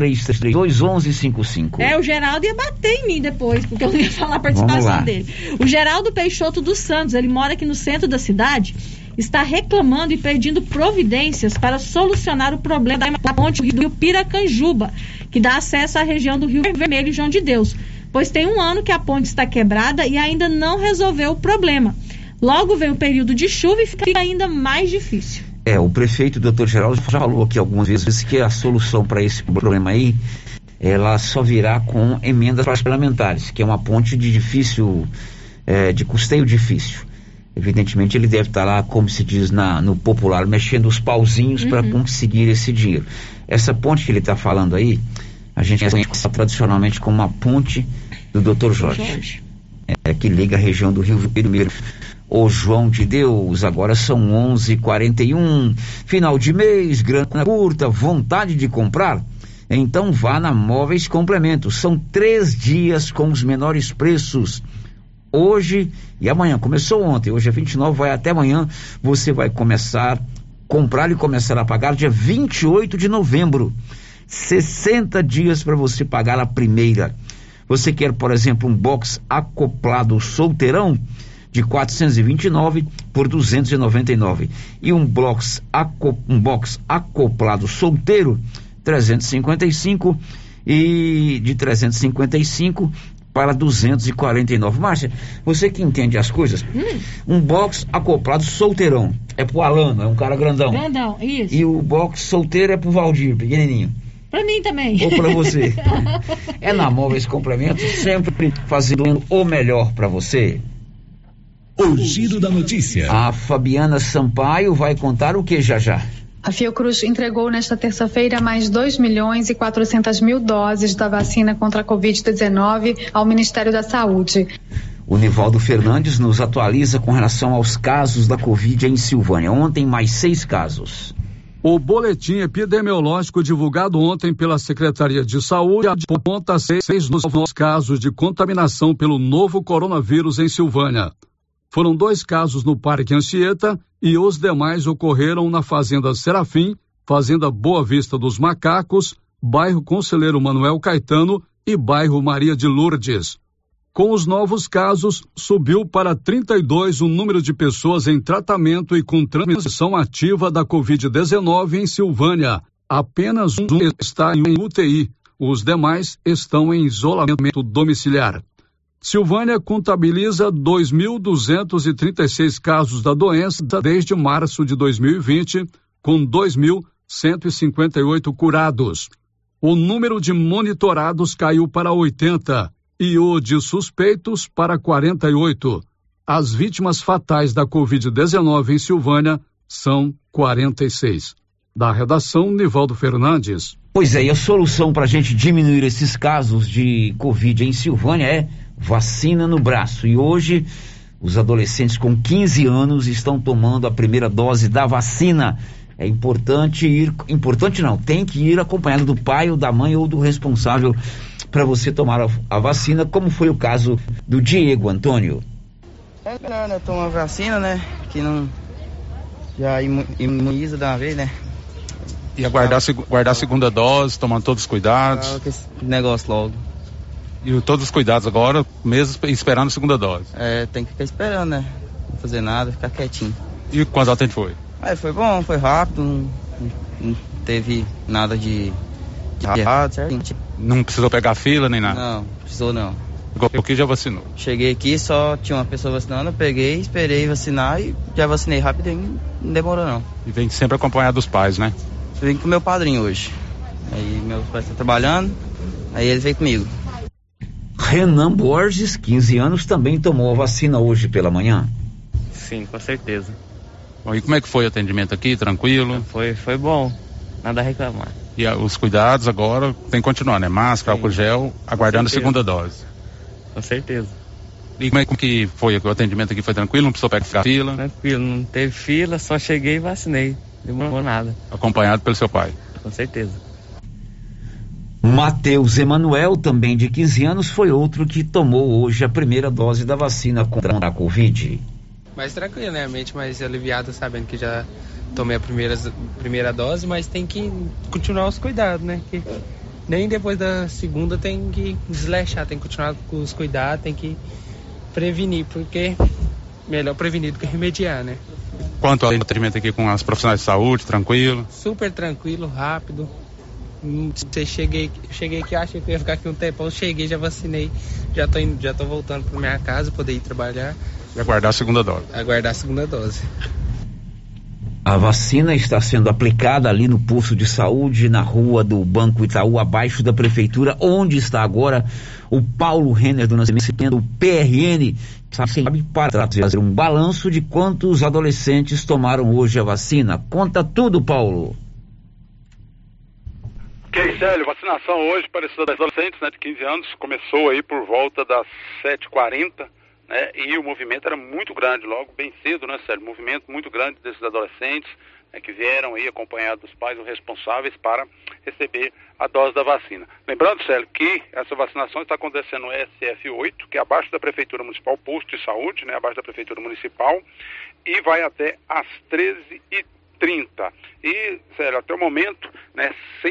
3332-1155. O Geraldo ia bater em mim depois, porque eu não ia falar a participação dele. O Geraldo Peixoto dos Santos, ele mora aqui no centro da cidade, está reclamando e pedindo providências para solucionar o problema da ponte do rio Piracanjuba, que dá acesso à região do Rio Vermelho e João de Deus, pois tem um ano que a ponte está quebrada e ainda não resolveu o problema. Logo vem o período de chuva e fica ainda mais difícil. O prefeito, Dr. Geraldo, já falou aqui algumas vezes que a solução para esse problema aí, ela só virá com emendas parlamentares, que é uma ponte de difícil, de custeio difícil. Evidentemente ele deve estar lá, como se diz no popular, mexendo os pauzinhos para conseguir esse dinheiro. Essa ponte que ele está falando aí, a gente conhece tradicionalmente como uma ponte do Dr. Jorge. Que liga a região do Rio Vermelho. Ô João de Deus, agora são 11h41, final de mês, grana curta, vontade de comprar? Então vá na Móveis Complementos, são 3 dias com os menores preços, hoje e amanhã, começou ontem, hoje é 29, vai até amanhã, você vai começar a comprar e começar a pagar dia 28 de novembro, 60 dias para você pagar a primeira. Você quer, por exemplo, um box acoplado solteirão de 429 por 299 e um box acoplado solteiro 355 e de 355 para 249. Márcia, você que entende as coisas, um box acoplado solteirão é pro Alano, é um cara grandão. Grandão, isso. E o box solteiro é pro Valdir, pequenininho. Pra mim também. Ou pra você. É na Móveis Complementos, sempre fazendo o melhor pra você. O Giro da Notícia. A Fabiana Sampaio vai contar o que já? A Fiocruz entregou nesta terça-feira mais 2.400.000 doses da vacina contra a Covid-19 ao Ministério da Saúde. O Nivaldo Fernandes nos atualiza com relação aos casos da Covid em Silvânia. Ontem, mais 6 casos. O boletim epidemiológico divulgado ontem pela Secretaria de Saúde aponta 6 novos casos de contaminação pelo novo coronavírus em Silvânia. Foram 2 casos no Parque Anchieta e os demais ocorreram na Fazenda Serafim, Fazenda Boa Vista dos Macacos, bairro Conselheiro Manuel Caetano e bairro Maria de Lourdes. Com os novos casos, subiu para 32 o número de pessoas em tratamento e com transmissão ativa da Covid-19 em Silvânia. Apenas um está em UTI, os demais estão em isolamento domiciliar. Silvânia contabiliza 2.236 casos da doença desde março de 2020, com 2.158 curados. O número de monitorados caiu para 80 e o de suspeitos para 48. As vítimas fatais da Covid-19 em Silvânia são 46. Da redação, Nivaldo Fernandes. Pois é, e a solução para a gente diminuir esses casos de Covid em Silvânia é vacina no braço. E hoje os adolescentes com 15 anos estão tomando a primeira dose da vacina. É tem que ir acompanhado do pai ou da mãe ou do responsável para você tomar a vacina, como foi o caso do Diego Antônio. É melhor, né, tomar vacina, né, que não já imuniza de uma vez, né. E aguardar a segunda dose, tomando todos os cuidados. Esse negócio logo. E todos os cuidados agora, mesmo esperando a segunda dose. Tem que ficar esperando, né, não fazer nada, ficar quietinho. E quantos atendentes foi? Foi bom, foi rápido, não teve nada de errado, certinho. Não precisou pegar fila nem nada? Não, precisou não. Porque já vacinou? Cheguei aqui, só tinha uma pessoa vacinando, eu peguei, esperei vacinar e já vacinei rapidinho, não demorou não. E vem sempre acompanhado dos pais, né? Eu vim com meu padrinho hoje, aí meus pais estão trabalhando, aí ele veio comigo. Renan Borges, 15 anos, também tomou a vacina hoje pela manhã? Sim, com certeza. Bom, e como é que foi o atendimento aqui? Tranquilo? Foi bom, nada a reclamar. E os cuidados agora tem que continuar, né? Máscara, álcool gel, aguardando a segunda dose. Com certeza. E como é que foi o atendimento aqui? Foi tranquilo? Não precisou pegar fila? Tranquilo, não teve fila, só cheguei e vacinei. Não demorou nada. Acompanhado pelo seu pai? Com certeza. Matheus Emanuel, também de 15 anos, foi outro que tomou hoje a primeira dose da vacina contra a Covid. Mais tranquilo, né? A mente mais aliviada, sabendo que já tomei a primeira dose, mas tem que continuar os cuidados, né? Que nem depois da segunda tem que desleixar, tem que continuar com os cuidados, tem que prevenir, porque melhor prevenir do que remediar, né? Quanto ao atendimento aqui com as profissionais de saúde, tranquilo? Super tranquilo, rápido. Cheguei aqui, achei que eu ia ficar aqui um tempão, cheguei, já vacinei, já tô voltando para minha casa, poder ir trabalhar. E aguardar a segunda dose. Aguardar a segunda dose. A vacina está sendo aplicada ali no posto de saúde, na rua do Banco Itaú, abaixo da prefeitura, onde está agora o Paulo Renner do Nascimento, o PRN, sabe, para fazer um balanço de quantos adolescentes tomaram hoje a vacina. Conta tudo, Paulo. Ok, Célio, vacinação hoje para esses adolescentes, né, de 15 anos, começou aí por volta das 7h40, né, e o movimento era muito grande, logo bem cedo, né, Célio, movimento muito grande desses adolescentes, né, que vieram aí acompanhados dos pais ou responsáveis para receber a dose da vacina. Lembrando, Célio, que essa vacinação está acontecendo no SF8, que é abaixo da Prefeitura Municipal, posto de saúde, né, abaixo da Prefeitura Municipal, e vai até às 13h30. E, Célio, até o momento, né,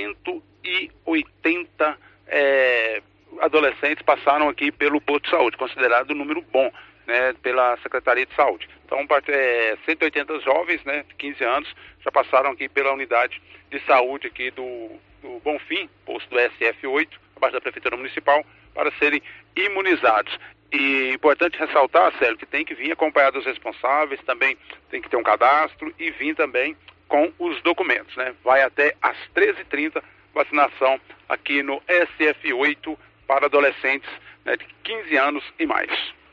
180 adolescentes passaram aqui pelo posto de saúde, considerado um número bom, né, pela Secretaria de Saúde. Então, 180 jovens, né, de 15 anos, já passaram aqui pela unidade de saúde aqui do Bonfim, posto do SF8, abaixo da Prefeitura Municipal, para serem imunizados. E importante ressaltar, Célio, que tem que vir acompanhado dos responsáveis, também tem que ter um cadastro e vir também com os documentos, né? Vai até às 13h30, vacinação aqui no SF8 para adolescentes, né, de 15 anos e mais.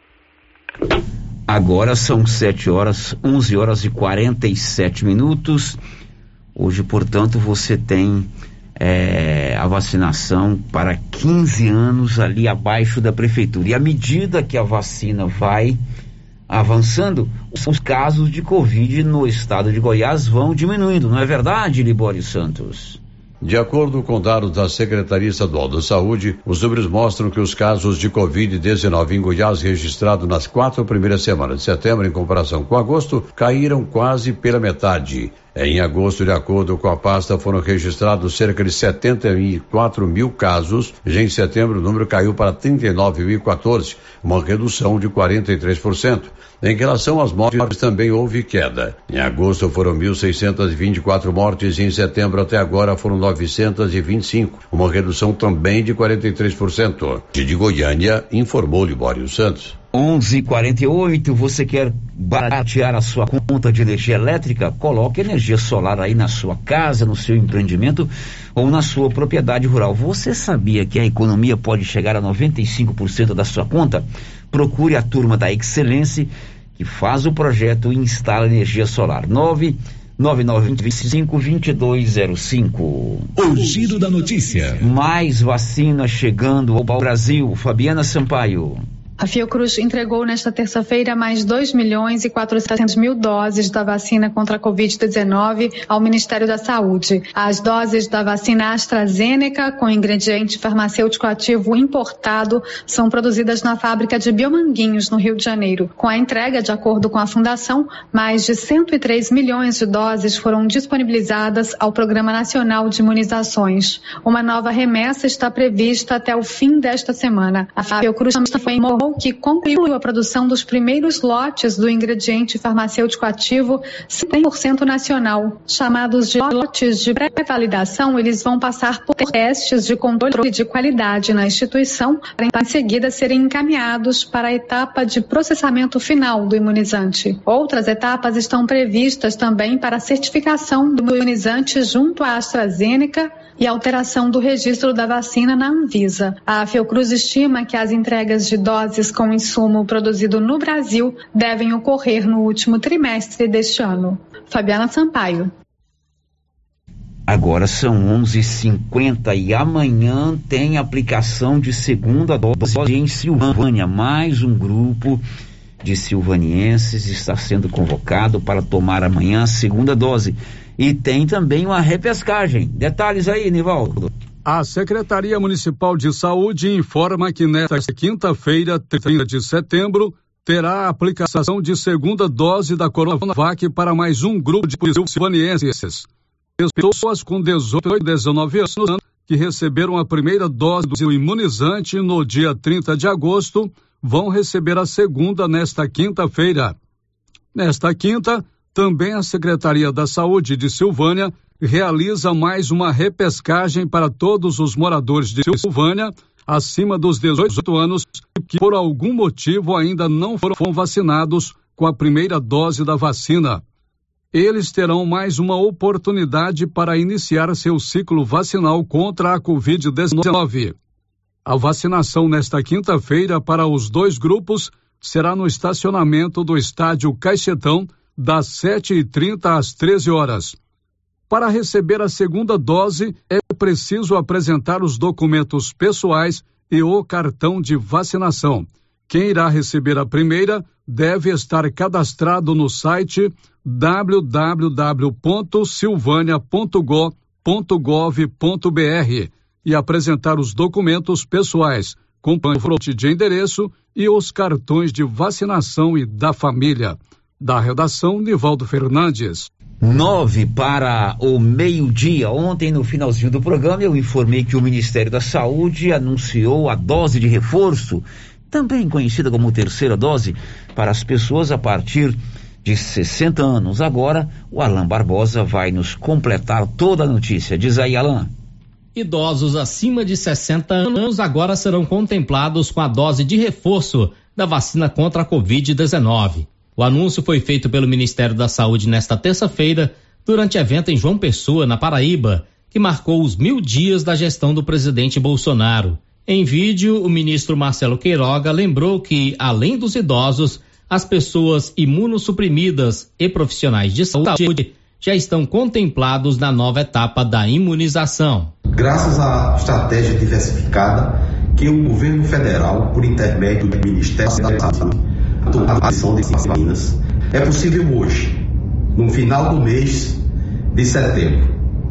Agora são 11 horas e 47 minutos. Hoje, portanto, você tem a vacinação para 15 anos ali abaixo da prefeitura. E à medida que a vacina vai avançando, os casos de Covid no estado de Goiás vão diminuindo, não é verdade, Libório Santos? De acordo com dados da Secretaria Estadual da Saúde, os números mostram que os casos de Covid-19 em Goiás registrados nas 4 primeiras semanas de setembro, em comparação com agosto, caíram quase pela metade. Em agosto, de acordo com a pasta, foram registrados cerca de 74 mil casos. Já em setembro, o número caiu para 39.014, uma redução de 43%. Em relação às mortes, também houve queda. Em agosto foram 1.624 mortes e em setembro até agora foram 925, uma redução também de 43%. De Goiânia, informou Libório Santos. 11h48, você quer baratear a sua conta de energia elétrica? Coloque energia solar aí na sua casa, no seu empreendimento ou na sua propriedade rural. Você sabia que a economia pode chegar a 95% da sua conta? Procure a turma da Excelência, que faz o projeto e instala energia solar. 99925-2205. O Giro da Notícia. Mais vacina chegando ao Brasil. Fabiana Sampaio. A Fiocruz entregou nesta terça-feira mais 2.400.000 doses da vacina contra a Covid-19 ao Ministério da Saúde. As doses da vacina AstraZeneca, com ingrediente farmacêutico ativo importado, são produzidas na fábrica de Biomanguinhos, no Rio de Janeiro. Com a entrega, de acordo com a Fundação, mais de 103 milhões de doses foram disponibilizadas ao Programa Nacional de Imunizações. Uma nova remessa está prevista até o fim desta semana. A Fiocruz informou que concluiu a produção dos primeiros lotes do ingrediente farmacêutico ativo 100% nacional. Chamados de lotes de pré-validação, eles vão passar por testes de controle de qualidade na instituição para em seguida serem encaminhados para a etapa de processamento final do imunizante. Outras etapas estão previstas também para a certificação do imunizante junto à AstraZeneca e alteração do registro da vacina na Anvisa. A Fiocruz estima que as entregas de doses com insumo produzido no Brasil devem ocorrer no último trimestre deste ano. Fabiana Sampaio. Agora são 11h50 e amanhã tem aplicação de segunda dose em Silvânia. Mais um grupo de silvanienses está sendo convocado para tomar amanhã a segunda dose. E tem também uma repescagem. Detalhes aí, Nivaldo. A Secretaria Municipal de Saúde informa que nesta quinta-feira, 30 de setembro, terá a aplicação de segunda dose da Coronavac para mais um grupo de silvanienses. Pessoas com 18 e 19 anos que receberam a primeira dose do imunizante no dia 30 de agosto vão receber a segunda nesta quinta-feira. Nesta quinta, também a Secretaria da Saúde de Silvânia realiza mais uma repescagem para todos os moradores de Silvânia acima dos 18 anos que por algum motivo ainda não foram vacinados com a primeira dose da vacina. Eles terão mais uma oportunidade para iniciar seu ciclo vacinal contra a Covid-19. A vacinação nesta quinta-feira para os dois grupos será no estacionamento do Estádio Caixetão, das 7h30 às 13 horas. Para receber a segunda dose, é preciso apresentar os documentos pessoais e o cartão de vacinação. Quem irá receber a primeira deve estar cadastrado no site www.silvania.gov.br e apresentar os documentos pessoais, comprovante de endereço e os cartões de vacinação e da família. Da redação, Nivaldo Fernandes. 9 para o meio-dia. Ontem, no finalzinho do programa, eu informei que o Ministério da Saúde anunciou a dose de reforço, também conhecida como terceira dose, para as pessoas a partir de 60 anos. Agora, o Alain Barbosa vai nos completar toda a notícia. Diz aí, Alain. Idosos acima de 60 anos agora serão contemplados com a dose de reforço da vacina contra a Covid-19. O anúncio foi feito pelo Ministério da Saúde nesta terça-feira, durante evento em João Pessoa, na Paraíba, que marcou os 1000 dias da gestão do presidente Bolsonaro. Em vídeo, o ministro Marcelo Queiroga lembrou que, além dos idosos, as pessoas imunossuprimidas e profissionais de saúde já estão contemplados na nova etapa da imunização. Graças à estratégia diversificada que o governo federal, por intermédio do Ministério da Saúde, a aquisição de vacinas, é possível hoje, no final do mês de setembro,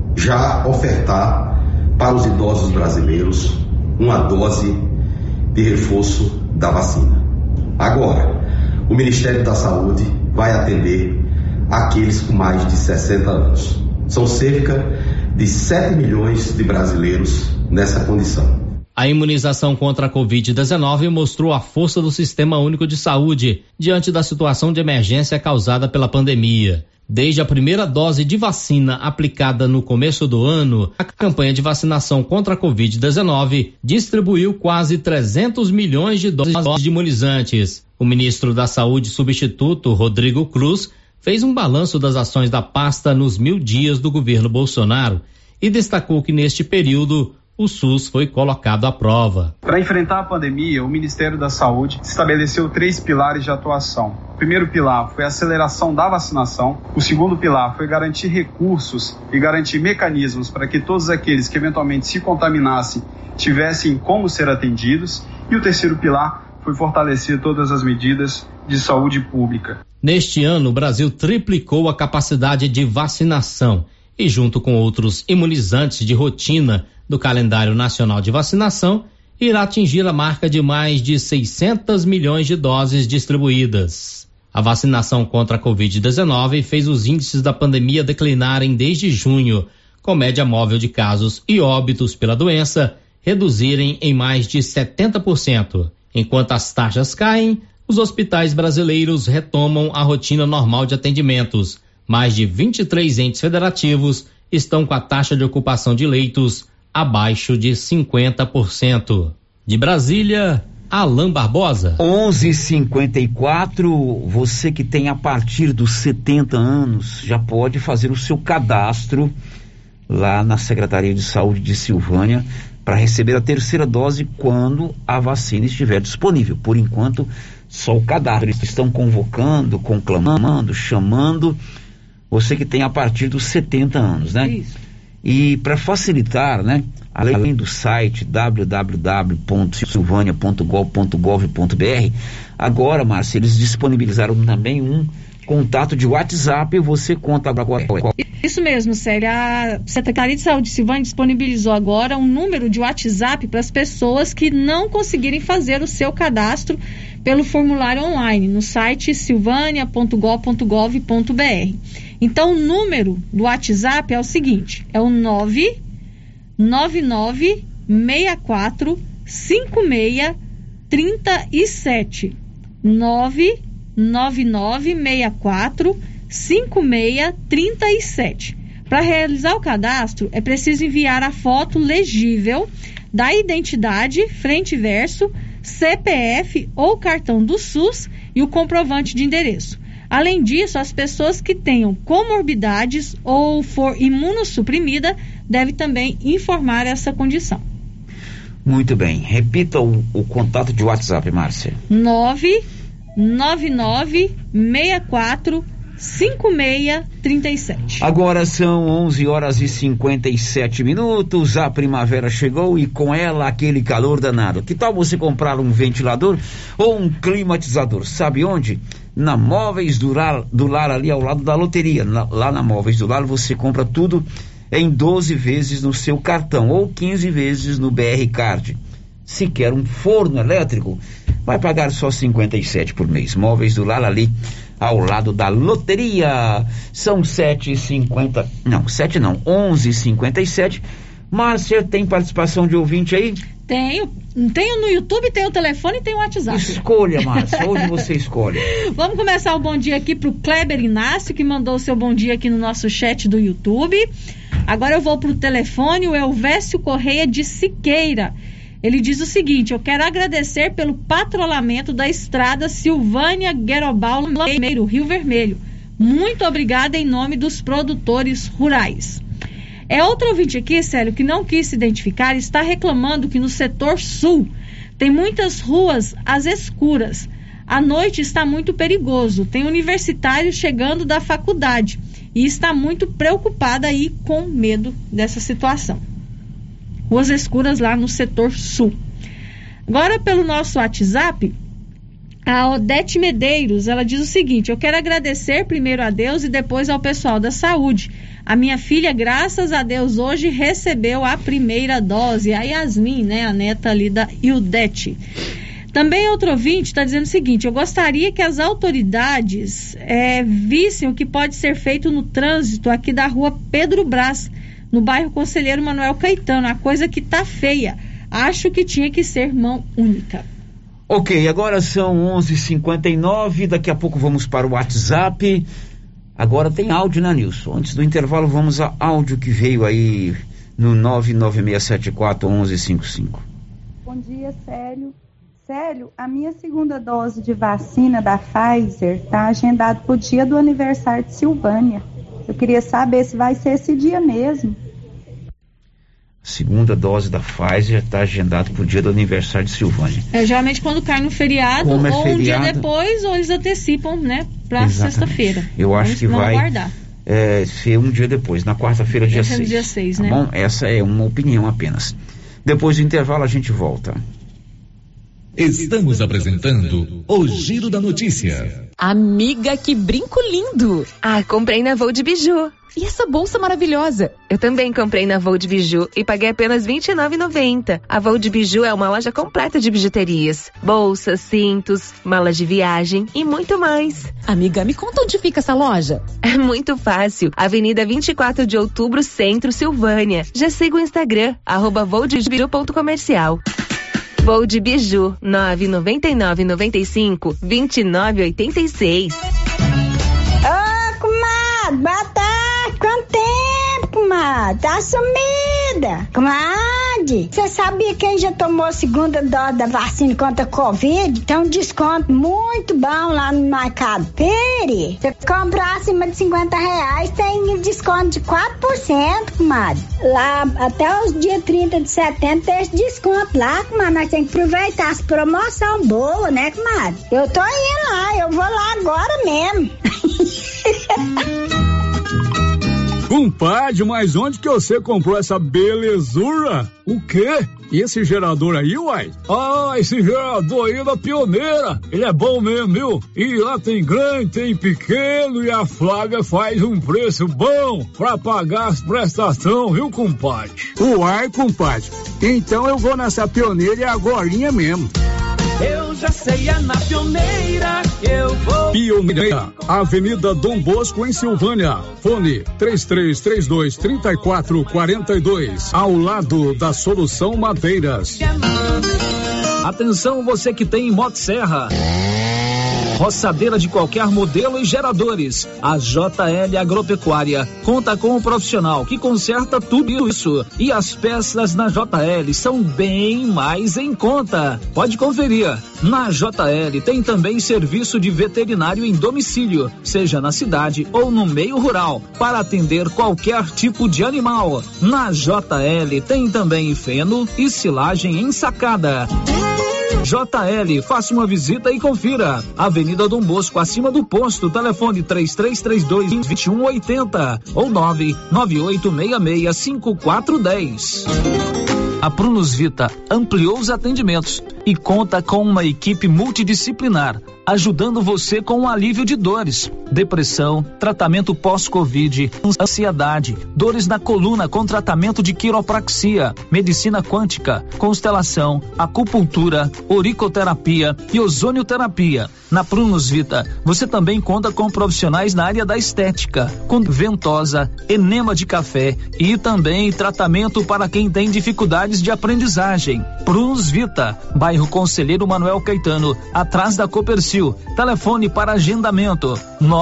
já ofertar para os idosos brasileiros uma dose de reforço da vacina. Agora, o Ministério da Saúde vai atender aqueles com mais de 60 anos. São cerca de 7 milhões de brasileiros nessa condição. A imunização contra a Covid-19 mostrou a força do Sistema Único de Saúde diante da situação de emergência causada pela pandemia. Desde a primeira dose de vacina aplicada no começo do ano, a campanha de vacinação contra a Covid-19 distribuiu quase 300 milhões de doses de imunizantes. O ministro da Saúde substituto, Rodrigo Cruz, fez um balanço das ações da pasta nos 1000 dias do governo Bolsonaro e destacou que neste período o SUS foi colocado à prova. Para enfrentar a pandemia, o Ministério da Saúde estabeleceu 3 pilares de atuação. O primeiro pilar foi a aceleração da vacinação. O segundo pilar foi garantir recursos e garantir mecanismos para que todos aqueles que eventualmente se contaminassem tivessem como ser atendidos. E o terceiro pilar foi fortalecer todas as medidas de saúde pública. Neste ano, o Brasil triplicou a capacidade de vacinação e, junto com outros imunizantes de rotina do calendário nacional de vacinação, irá atingir a marca de mais de 600 milhões de doses distribuídas. A vacinação contra a Covid-19 fez os índices da pandemia declinarem desde junho, com média móvel de casos e óbitos pela doença reduzirem em mais de 70%. Enquanto as taxas caem, os hospitais brasileiros retomam a rotina normal de atendimentos. Mais de 23 entes federativos estão com a taxa de ocupação de leitos abaixo de 50%. De Brasília, Alain Barbosa. 11:54. Você que tem a partir dos 70 anos já pode fazer o seu cadastro lá na Secretaria de Saúde de Silvânia para receber a terceira dose quando a vacina estiver disponível. Por enquanto, só o cadastro. Eles estão convocando, conclamando, chamando você que tem a partir dos 70 anos, né? Isso. E para facilitar, né? Além do site www.silvania.gov.br, agora, Márcia, eles disponibilizaram também um contato de WhatsApp e você conta agora. Isso mesmo, Célia. A Secretaria de Saúde de Silvânia disponibilizou agora um número de WhatsApp para as pessoas que não conseguirem fazer o seu cadastro pelo formulário online no site silvania.gov.br. Então, o número do WhatsApp é o seguinte, é o 999645637. 999645637. Para realizar o cadastro, é preciso enviar a foto legível da identidade, frente e verso, CPF ou cartão do SUS e o comprovante de endereço. Além disso, as pessoas que tenham comorbidades ou for imunossuprimida devem também informar essa condição. Muito bem. Repita o contato de WhatsApp, Márcia. 999645637. Agora são 11h57. A primavera chegou e com ela aquele calor danado. Que tal você comprar um ventilador ou um climatizador? Sabe onde? Na Móveis do Lar, ali ao lado da loteria. Lá na Móveis do Lar você compra tudo em 12 vezes no seu cartão ou 15 vezes no BR Card. Se quer um forno elétrico, vai pagar só 57 por mês. Móveis do Lar, ali ao lado da loteria. São 7h50, não, 7 não, 11h57. Márcia, tem participação de ouvinte aí? Tenho no YouTube, tem o telefone e tem o WhatsApp. Escolha, Márcia, hoje você escolhe. Vamos começar o bom dia aqui pro Kleber Inácio, que mandou o seu bom dia aqui no nosso chat do YouTube. Agora eu vou pro telefone, o Elvésio Correia de Siqueira. Ele diz o seguinte: eu quero agradecer pelo patrulhamento da estrada Silvânia Guerobal Lameiro, Rio Vermelho. Muito obrigada em nome dos produtores rurais. É outro ouvinte aqui, Célio, que não quis se identificar, está reclamando que no setor sul tem muitas ruas às escuras. À noite está muito perigoso. Tem universitários chegando da faculdade e está muito preocupada aí com medo dessa situação. Ruas escuras lá no setor sul. Agora, pelo nosso WhatsApp, a Odete Medeiros, ela diz o seguinte: eu quero agradecer primeiro a Deus e depois ao pessoal da saúde. A minha filha, graças a Deus, hoje recebeu a primeira dose. A Yasmin, né, a neta ali da Ildete. Também outro ouvinte está dizendo o seguinte: eu gostaria que as autoridades vissem o que pode ser feito no trânsito aqui da rua Pedro Brás, no bairro Conselheiro Manuel Caetano. A coisa que tá feia. Acho que tinha que ser mão única. Ok, agora são 11h59. Daqui a pouco vamos para o WhatsApp. Agora tem áudio, né, Nilson? Antes do intervalo, vamos a áudio que veio aí no 99674-1155. Bom dia, Célio. Célio, a minha segunda dose de vacina da Pfizer está agendada para o dia do aniversário de Silvânia. Eu queria saber se vai ser esse dia mesmo. Segunda dose da Pfizer está agendada para o dia do aniversário de Silvânia. Geralmente quando cai no feriado, ou feriado, um dia depois, ou eles antecipam, né, para sexta-feira. Eu acho que vai ser um dia depois, na quarta-feira, dia 6. Dia 6, tá, né? Bom, essa é uma opinião apenas. Depois do intervalo a gente volta. Estamos apresentando o Giro da Notícia. Amiga, que brinco lindo! Ah, comprei na Voo de Biju. E essa bolsa maravilhosa? Eu também comprei na Voo de Biju e paguei apenas R$ 29,90. A Voo de Biju é uma loja completa de bijuterias, bolsas, cintos, malas de viagem e muito mais. Amiga, me conta onde fica essa loja? É muito fácil. Avenida 24 de Outubro, Centro, Silvânia. Já siga o Instagram, @voodebiju.comercial. Voo de Biju, 99995 2986. Boa tarde, quanto tempo, comadre? Tá sumida. Comadre, você sabia que quem já tomou a segunda dose da vacina contra a Covid tem um desconto muito bom lá no Mercado Pere? Você comprar acima de R$50, tem desconto de 4%, comadre. Lá, até os dias 30 de setembro tem esse desconto lá, comadre. Nós temos que aproveitar as promoções boas, né, comadre? Eu tô indo lá, eu vou lá agora mesmo. Compadre, mas onde que você comprou essa belezura? O quê? E esse gerador aí, uai? Ah, esse gerador aí é da Pioneira. Ele é bom mesmo, viu? E lá tem grande, tem pequeno e a Flávia faz um preço bom pra pagar as prestações, viu, compadre? Uai, compadre. Então eu vou nessa Pioneira e agorinha mesmo. Eu já sei, é na Pioneira que eu vou. Pioneira, Avenida Dom Bosco, em Silvânia. Fone 3332-3442. Ao lado da Solução Madeiras. Atenção, você que tem Motosserra. Roçadeira de qualquer modelo e geradores. A JL Agropecuária conta com um profissional que conserta tudo isso. E as peças na JL são bem mais em conta. Pode conferir. Na JL tem também serviço de veterinário em domicílio, seja na cidade ou no meio rural, para atender qualquer tipo de animal. Na JL tem também feno e silagem ensacada. JL, faça uma visita e confira. Avenida Dom Bosco, acima do posto. Telefone 3332-2180 ou 998665410. A Prunus Vita ampliou os atendimentos e conta com uma equipe multidisciplinar, ajudando você com o alívio de dores, depressão, tratamento pós-Covid, ansiedade, dores na coluna com tratamento de quiropraxia, medicina quântica, constelação, acupuntura, auriculoterapia e ozonioterapia. Na Prunus Vita, você também conta com profissionais na área da estética, com ventosa, enema de café e também tratamento para quem tem dificuldades de aprendizagem. Prunus Vita, bairro Conselheiro Manuel Caetano, atrás da Copercil. Telefone para agendamento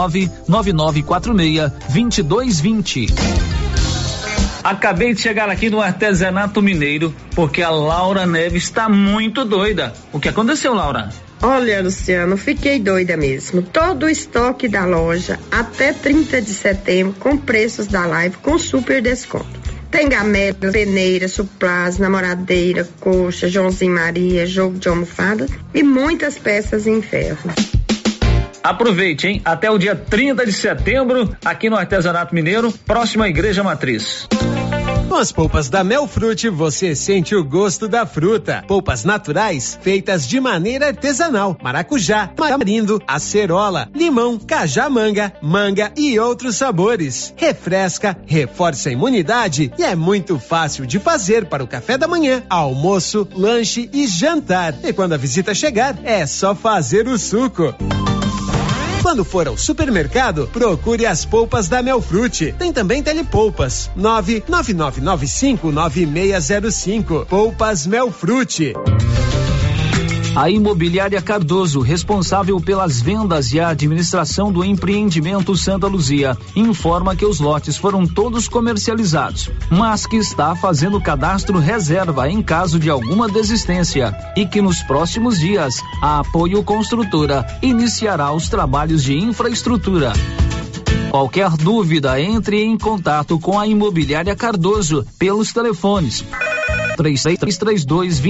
99946-2220. Acabei de chegar aqui no Artesanato Mineiro porque a Laura Neves está muito doida. O que aconteceu, Laura? Olha, Luciano, fiquei doida mesmo. Todo o estoque da loja até 30 de setembro com preços da live com super desconto. Tem gametas, peneiras, suplás, namoradeira, coxa, Joãozinho Maria, jogo de almofada e muitas peças em ferro. Aproveite, hein? Até o dia 30 de setembro, aqui no Artesanato Mineiro, próximo à Igreja Matriz. Com as polpas da Melfrute, você sente o gosto da fruta. Polpas naturais, feitas de maneira artesanal. Maracujá, tamarindo, acerola, limão, cajamanga, manga e outros sabores. Refresca, reforça a imunidade e é muito fácil de fazer para o café da manhã, almoço, lanche e jantar. E quando a visita chegar, é só fazer o suco. Quando for ao supermercado, procure as polpas da Melfrute. Tem também telepolpas. 999959605. Polpas Melfrute. A Imobiliária Cardoso, responsável pelas vendas e a administração do empreendimento Santa Luzia, informa que os lotes foram todos comercializados, mas que está fazendo cadastro reserva em caso de alguma desistência e que nos próximos dias a Apoio Construtora iniciará os trabalhos de infraestrutura. Qualquer dúvida, entre em contato com a Imobiliária Cardoso pelos telefones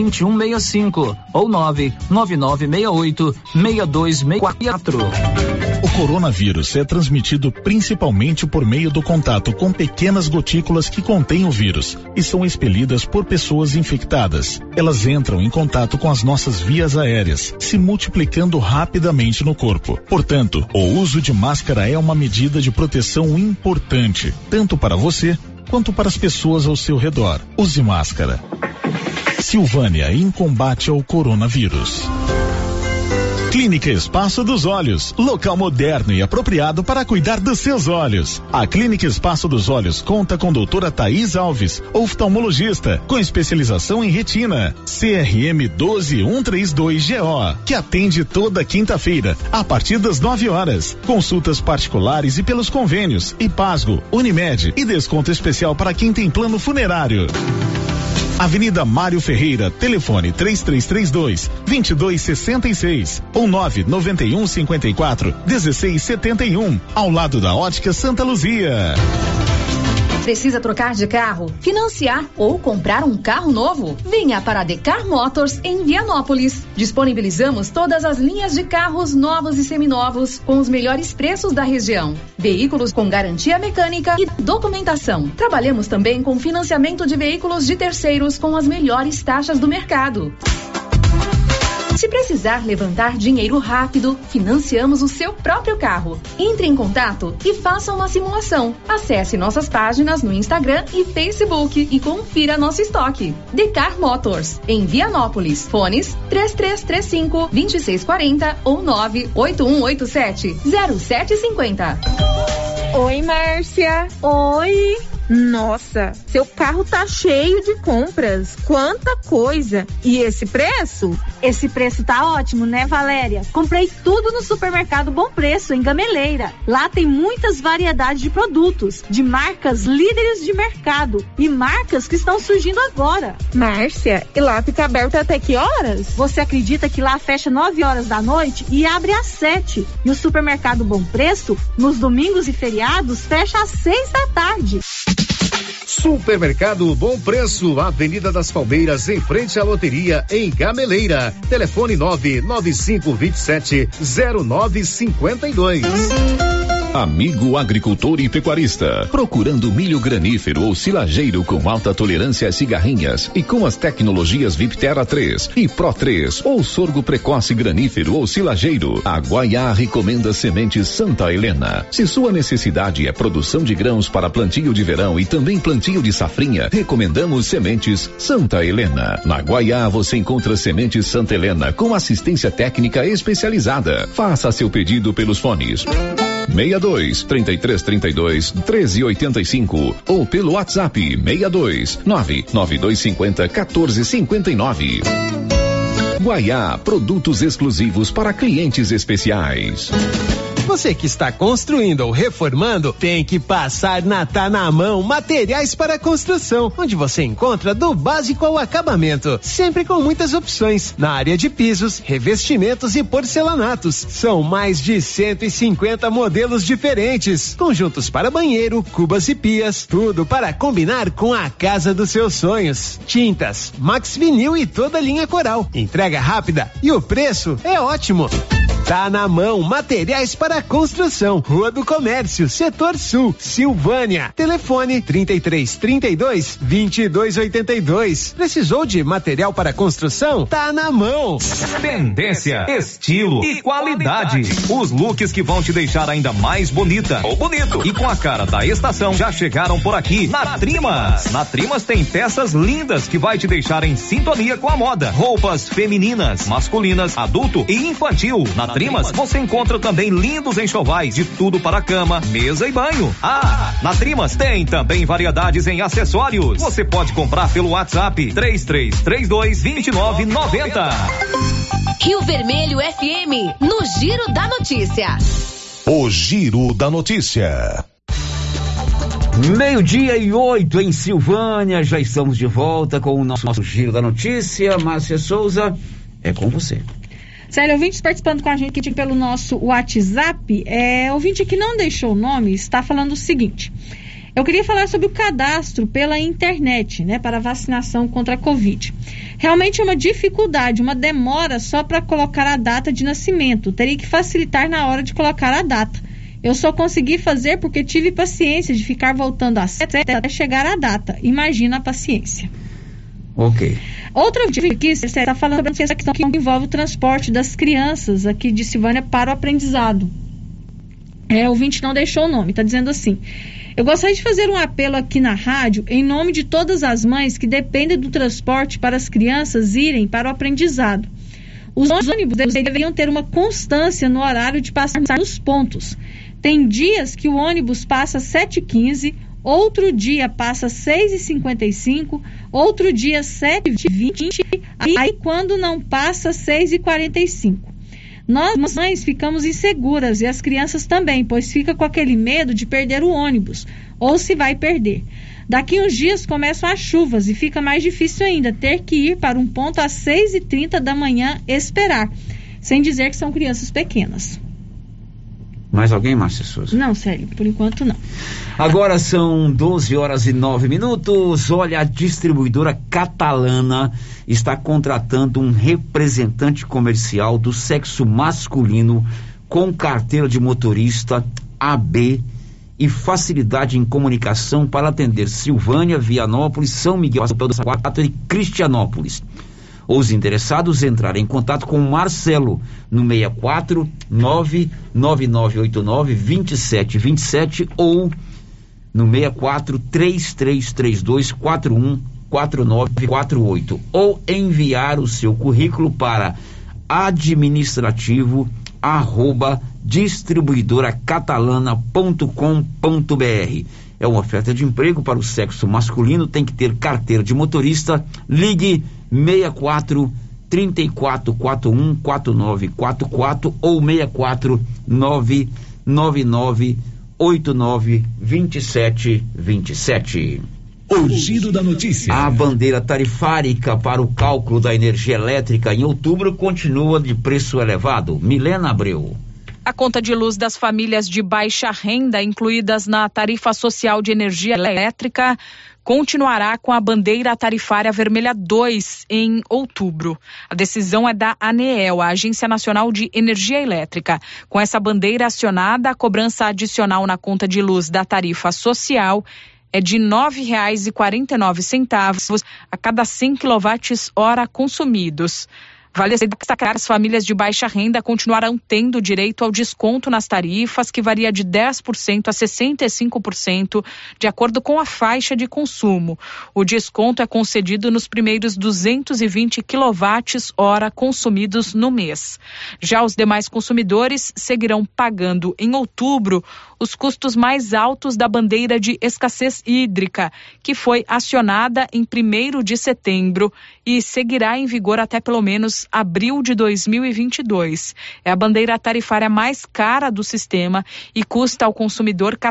3332-2165 ou 99968-6264. O coronavírus é transmitido principalmente por meio do contato com pequenas gotículas que contêm o vírus e são expelidas por pessoas infectadas. Elas entram em contato com as nossas vias aéreas, se multiplicando rapidamente no corpo. Portanto, o uso de máscara é uma medida de proteção importante, tanto para você quanto para as pessoas ao seu redor. Use máscara. Silvânia em combate ao coronavírus. Clínica Espaço dos Olhos, local moderno e apropriado para cuidar dos seus olhos. A Clínica Espaço dos Olhos conta com doutora Thaís Alves, oftalmologista, com especialização em retina, CRM 12132GO, que atende toda quinta-feira, a partir das 9 horas. Consultas particulares e pelos convênios, IPASGO, Unimed e desconto especial para quem tem plano funerário. Avenida Mário Ferreira, telefone 3332-2266 ou 99154-1671, ao lado da Ótica Santa Luzia. Precisa trocar de carro, financiar ou comprar um carro novo? Venha para a Decar Motors em Vianópolis. Disponibilizamos todas as linhas de carros novos e seminovos com os melhores preços da região. Veículos com garantia mecânica e documentação. Trabalhamos também com financiamento de veículos de terceiros com as melhores taxas do mercado. Se precisar levantar dinheiro rápido, financiamos o seu próprio carro. Entre em contato e faça uma simulação. Acesse nossas páginas no Instagram e Facebook e confira nosso estoque. Decar Motors, em Vianópolis. Fones 3335-2640 ou 98187-0750. Oi, Márcia. Oi. Nossa, seu carro tá cheio de compras. Quanta coisa! E esse preço? Esse preço tá ótimo, né, Valéria? Comprei tudo no Supermercado Bom Preço, em Gameleira. Lá tem muitas variedades de produtos, de marcas líderes de mercado e marcas que estão surgindo agora. Márcia, e lá fica aberto até que horas? Você acredita que lá fecha 9 horas da noite e abre às 7? E o Supermercado Bom Preço, nos domingos e feriados, fecha às 6 da tarde. Supermercado Bom Preço, Avenida das Palmeiras, em frente à loteria, em Gameleira. Telefone 99527-0952. Amigo agricultor e pecuarista, procurando milho granífero ou silageiro com alta tolerância às cigarrinhas e com as tecnologias Viptera 3 e Pro 3 ou sorgo precoce granífero ou silageiro, a Guaiá recomenda sementes Santa Helena. Se sua necessidade é produção de grãos para plantio de verão e também plantio de safrinha, recomendamos sementes Santa Helena. Na Guaiá você encontra sementes Santa Helena com assistência técnica especializada. Faça seu pedido pelos fones 62-3332-1385 ou pelo WhatsApp 62-99250-1459. Guaiá, produtos exclusivos para clientes especiais. Você que está construindo ou reformando, tem que passar na Tá na Mão Materiais para Construção, onde você encontra do básico ao acabamento, sempre com muitas opções na área de pisos, revestimentos e porcelanatos. São mais de 150 modelos diferentes, conjuntos para banheiro, cubas e pias, tudo para combinar com a casa dos seus sonhos. Tintas, Max Vinil e toda a linha Coral. Entrega rápida e o preço é ótimo. Tá na Mão Materiais para Construção, Rua do Comércio, Setor Sul, Silvânia. Telefone 3332-2282. Precisou de material para construção? Tá na mão. Tendência, estilo e qualidade. Os looks que vão te deixar ainda mais bonita ou bonito e com a cara da estação já chegaram por aqui na Trimas. Na Trimas tem peças lindas que vai te deixar em sintonia com a moda. Roupas femininas, masculinas, adulto e infantil. Na Trimas você encontra também lindos enxovais de tudo para cama, mesa e banho. Ah, na Trimas tem também variedades em acessórios. Você pode comprar pelo WhatsApp 3332-2990. Rio Vermelho FM, no Giro da Notícia. O Giro da Notícia. 12:08 em Silvânia, já estamos de volta com o nosso Giro da Notícia. Márcia Souza, é com você. Sério, ouvintes participando com a gente aqui pelo nosso WhatsApp, ouvinte que não deixou o nome, está falando o seguinte: Eu queria falar sobre o cadastro pela internet, né, para vacinação contra a Covid. Realmente é uma dificuldade, uma demora só para colocar a data de nascimento. Teria que facilitar na hora de colocar a data. Eu só consegui fazer porque tive paciência de ficar voltando às 7 até chegar à data. Imagina a paciência. Ok. Outra dica aqui, você está falando sobre essa questão que envolve o transporte das crianças aqui de Silvânia para o aprendizado. O ouvinte não deixou o nome, está dizendo assim: eu gostaria de fazer um apelo aqui na rádio em nome de todas as mães que dependem do transporte para as crianças irem para o aprendizado. Os ônibus deveriam ter uma constância no horário de passar nos pontos. Tem dias que o ônibus passa às 7h15, outro dia passa às 6h55, outro dia às 7h20, aí quando não passa às 6h45. Nós, mães, ficamos inseguras e as crianças também, pois fica com aquele medo de perder o ônibus, ou se vai perder. Daqui uns dias começam as chuvas e fica mais difícil ainda ter que ir para um ponto às 6h30 da manhã esperar, sem dizer que são crianças pequenas. Mais alguém, Márcia Souza? Não, Célio, por enquanto não. Agora são 12h09. Olha, a distribuidora Catalana está contratando um representante comercial do sexo masculino com carteira de motorista AB e facilidade em comunicação para atender Silvânia, Vianópolis, São Miguel do Saquato e Cristianópolis. Os interessados entrarem em contato com o Marcelo no 649-9989-2727 ou no 64-3332-414948 ou enviar o seu currículo para administrativo@distribuidoracatalana.com.br. É uma oferta de emprego para o sexo masculino, tem que ter carteira de motorista. Ligue 64 3441 4944 ou 64 999 89 2727. O giro da notícia. A bandeira tarifárica para o cálculo da energia elétrica em outubro continua de preço elevado. Milena Abreu. A conta de luz das famílias de baixa renda, incluídas na tarifa social de energia elétrica, continuará com a bandeira tarifária vermelha 2 em outubro. A decisão é da ANEEL, a Agência Nacional de Energia Elétrica. Com essa bandeira acionada, a cobrança adicional na conta de luz da tarifa social é de R$ 9,49 a cada 100 kWh consumidos. Vale destacar que as famílias de baixa renda continuarão tendo direito ao desconto nas tarifas, que varia de 10% a 65%, de acordo com a faixa de consumo. O desconto é concedido nos primeiros 220 kWh consumidos no mês. Já os demais consumidores seguirão pagando em outubro os custos mais altos da bandeira de escassez hídrica, que foi acionada em 1º de setembro e seguirá em vigor até pelo menos abril de 2022. É a bandeira tarifária mais cara do sistema e custa ao consumidor R$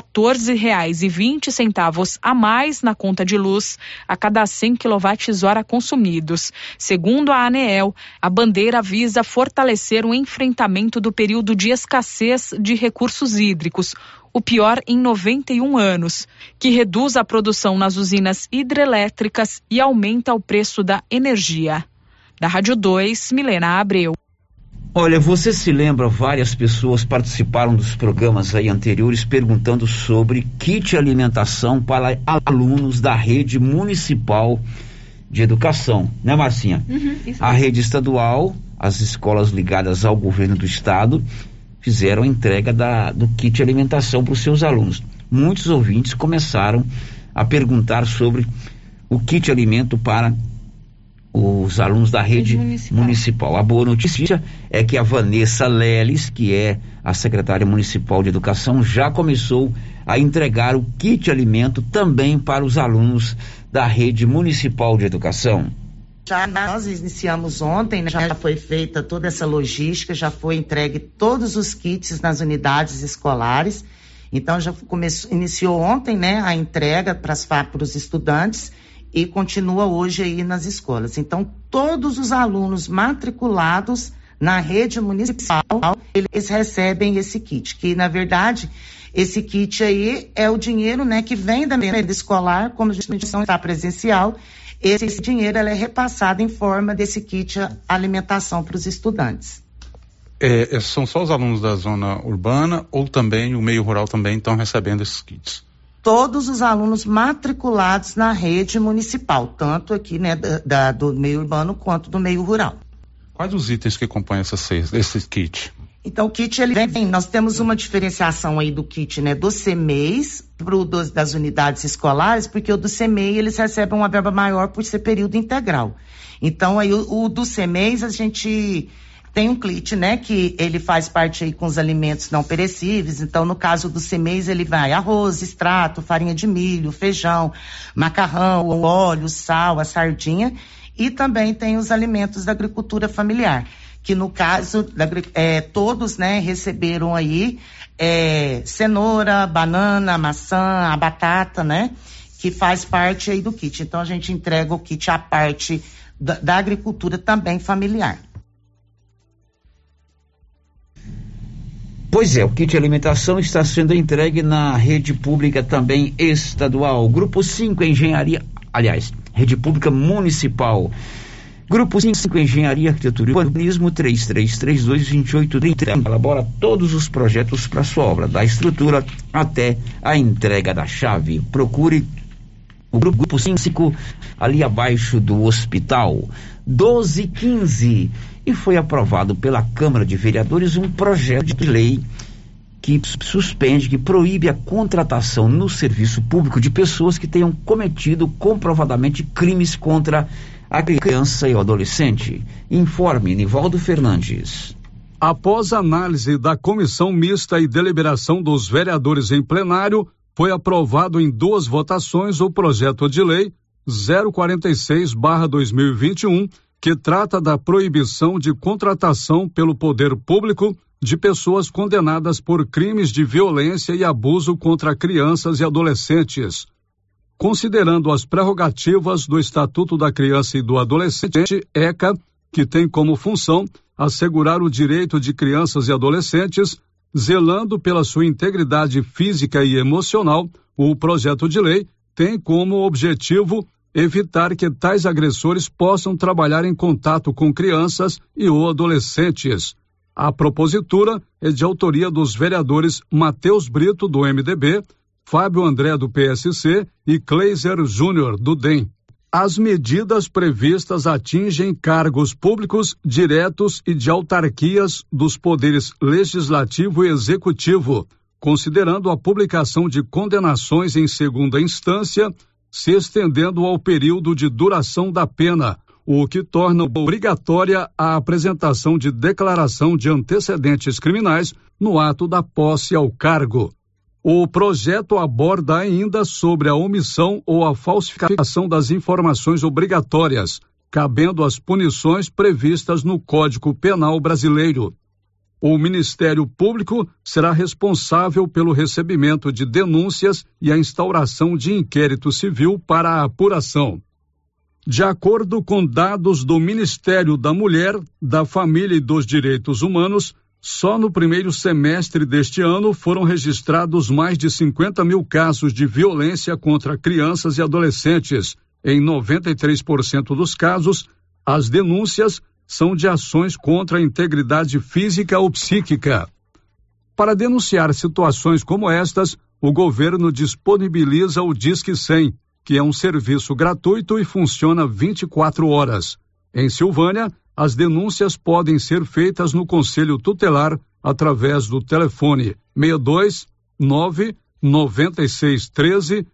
14,20 a mais na conta de luz a cada 100 kWh consumidos. Segundo a ANEEL, a bandeira visa fortalecer o enfrentamento do período de escassez de recursos hídricos, o pior em 91 anos, que reduz a produção nas usinas hidrelétricas e aumenta o preço da energia. Da Rádio 2, Milena Abreu. Olha, você se lembra, várias pessoas participaram dos programas aí anteriores perguntando sobre kit alimentação para alunos da rede municipal de educação, né, Marcinha? A rede estadual, as escolas ligadas ao governo do estado fizeram a entrega do kit alimentação para os seus alunos. Muitos ouvintes começaram a perguntar sobre o kit alimento para os alunos da rede municipal. A boa notícia é que a Vanessa Leles, que é a secretária municipal de educação, já começou a entregar o kit alimento também para os alunos da rede municipal de educação. Já nós iniciamos ontem, né, já foi feita toda essa logística, já foi entregue todos os kits nas unidades escolares. Então já iniciou ontem, né, a entrega para os estudantes e continua hoje aí nas escolas. Então todos os alunos matriculados na rede municipal, eles recebem esse kit, que na verdade Esse kit aí é o dinheiro, né, que vem da merenda escolar, como a gente não está presencial, esse dinheiro é repassado em forma desse kit alimentação para os estudantes. São só os alunos da zona urbana ou também o meio rural também estão recebendo esses kits? Todos os alunos matriculados na rede municipal, tanto aqui, né, do meio urbano quanto do meio rural. Quais os itens que compõem esse kit? Então, o kit, nós temos uma diferenciação aí do kit, né, do CMEIs das unidades escolares, porque o do CMEI, eles recebem uma verba maior por ser período integral. Então, aí o do CMEIs, a gente tem um kit, né, que ele faz parte aí com os alimentos não perecíveis. Então, no caso do CMEIs, ele vai arroz, extrato, farinha de milho, feijão, macarrão, óleo, sal, a sardinha, e também tem os alimentos da agricultura familiar, que no caso, todos, né, receberam aí cenoura, banana, maçã, a batata, né, que faz parte aí do kit. Então, a gente entrega o kit à parte da agricultura também familiar. Pois é, o kit alimentação está sendo entregue na rede pública também estadual. Grupo 5 Engenharia, aliás, rede pública municipal. Grupo 5 Engenharia, Arquitetura e Urbanismo, 3332-2830. Elabora todos os projetos para sua obra, da estrutura até a entrega da chave. Procure o Grupo 5 ali abaixo do hospital. 1215. E foi aprovado pela Câmara de Vereadores um projeto de lei que proíbe a contratação no serviço público de pessoas que tenham cometido comprovadamente crimes contra a criança e o adolescente. Informe Nivaldo Fernandes. Após análise da comissão mista e deliberação dos vereadores em plenário, foi aprovado em 2 votações o projeto de lei 046/2021, que trata da proibição de contratação pelo poder público de pessoas condenadas por crimes de violência e abuso contra crianças e adolescentes. Considerando as prerrogativas do Estatuto da Criança e do Adolescente, ECA, que tem como função assegurar o direito de crianças e adolescentes, zelando pela sua integridade física e emocional, o projeto de lei tem como objetivo evitar que tais agressores possam trabalhar em contato com crianças e ou adolescentes. A propositura é de autoria dos vereadores Matheus Brito, do MDB, Fábio André, do PSC e Kleiser Júnior, do DEM. As medidas previstas atingem cargos públicos diretos e de autarquias dos poderes legislativo e executivo, considerando a publicação de condenações em segunda instância, se estendendo ao período de duração da pena, o que torna obrigatória a apresentação de declaração de antecedentes criminais no ato da posse ao cargo. O projeto aborda ainda sobre a omissão ou a falsificação das informações obrigatórias, cabendo as punições previstas no Código Penal brasileiro. O Ministério Público será responsável pelo recebimento de denúncias e a instauração de inquérito civil para a apuração. De acordo com dados do Ministério da Mulher, da Família e dos Direitos Humanos, só no primeiro semestre deste ano foram registrados mais de 50 mil casos de violência contra crianças e adolescentes. Em 93% dos casos, as denúncias são de ações contra a integridade física ou psíquica. Para denunciar situações como estas, o governo disponibiliza o Disque 100, que é um serviço gratuito e funciona 24 horas. Em Silvânia, as denúncias podem ser feitas no Conselho Tutelar através do telefone 62 996 13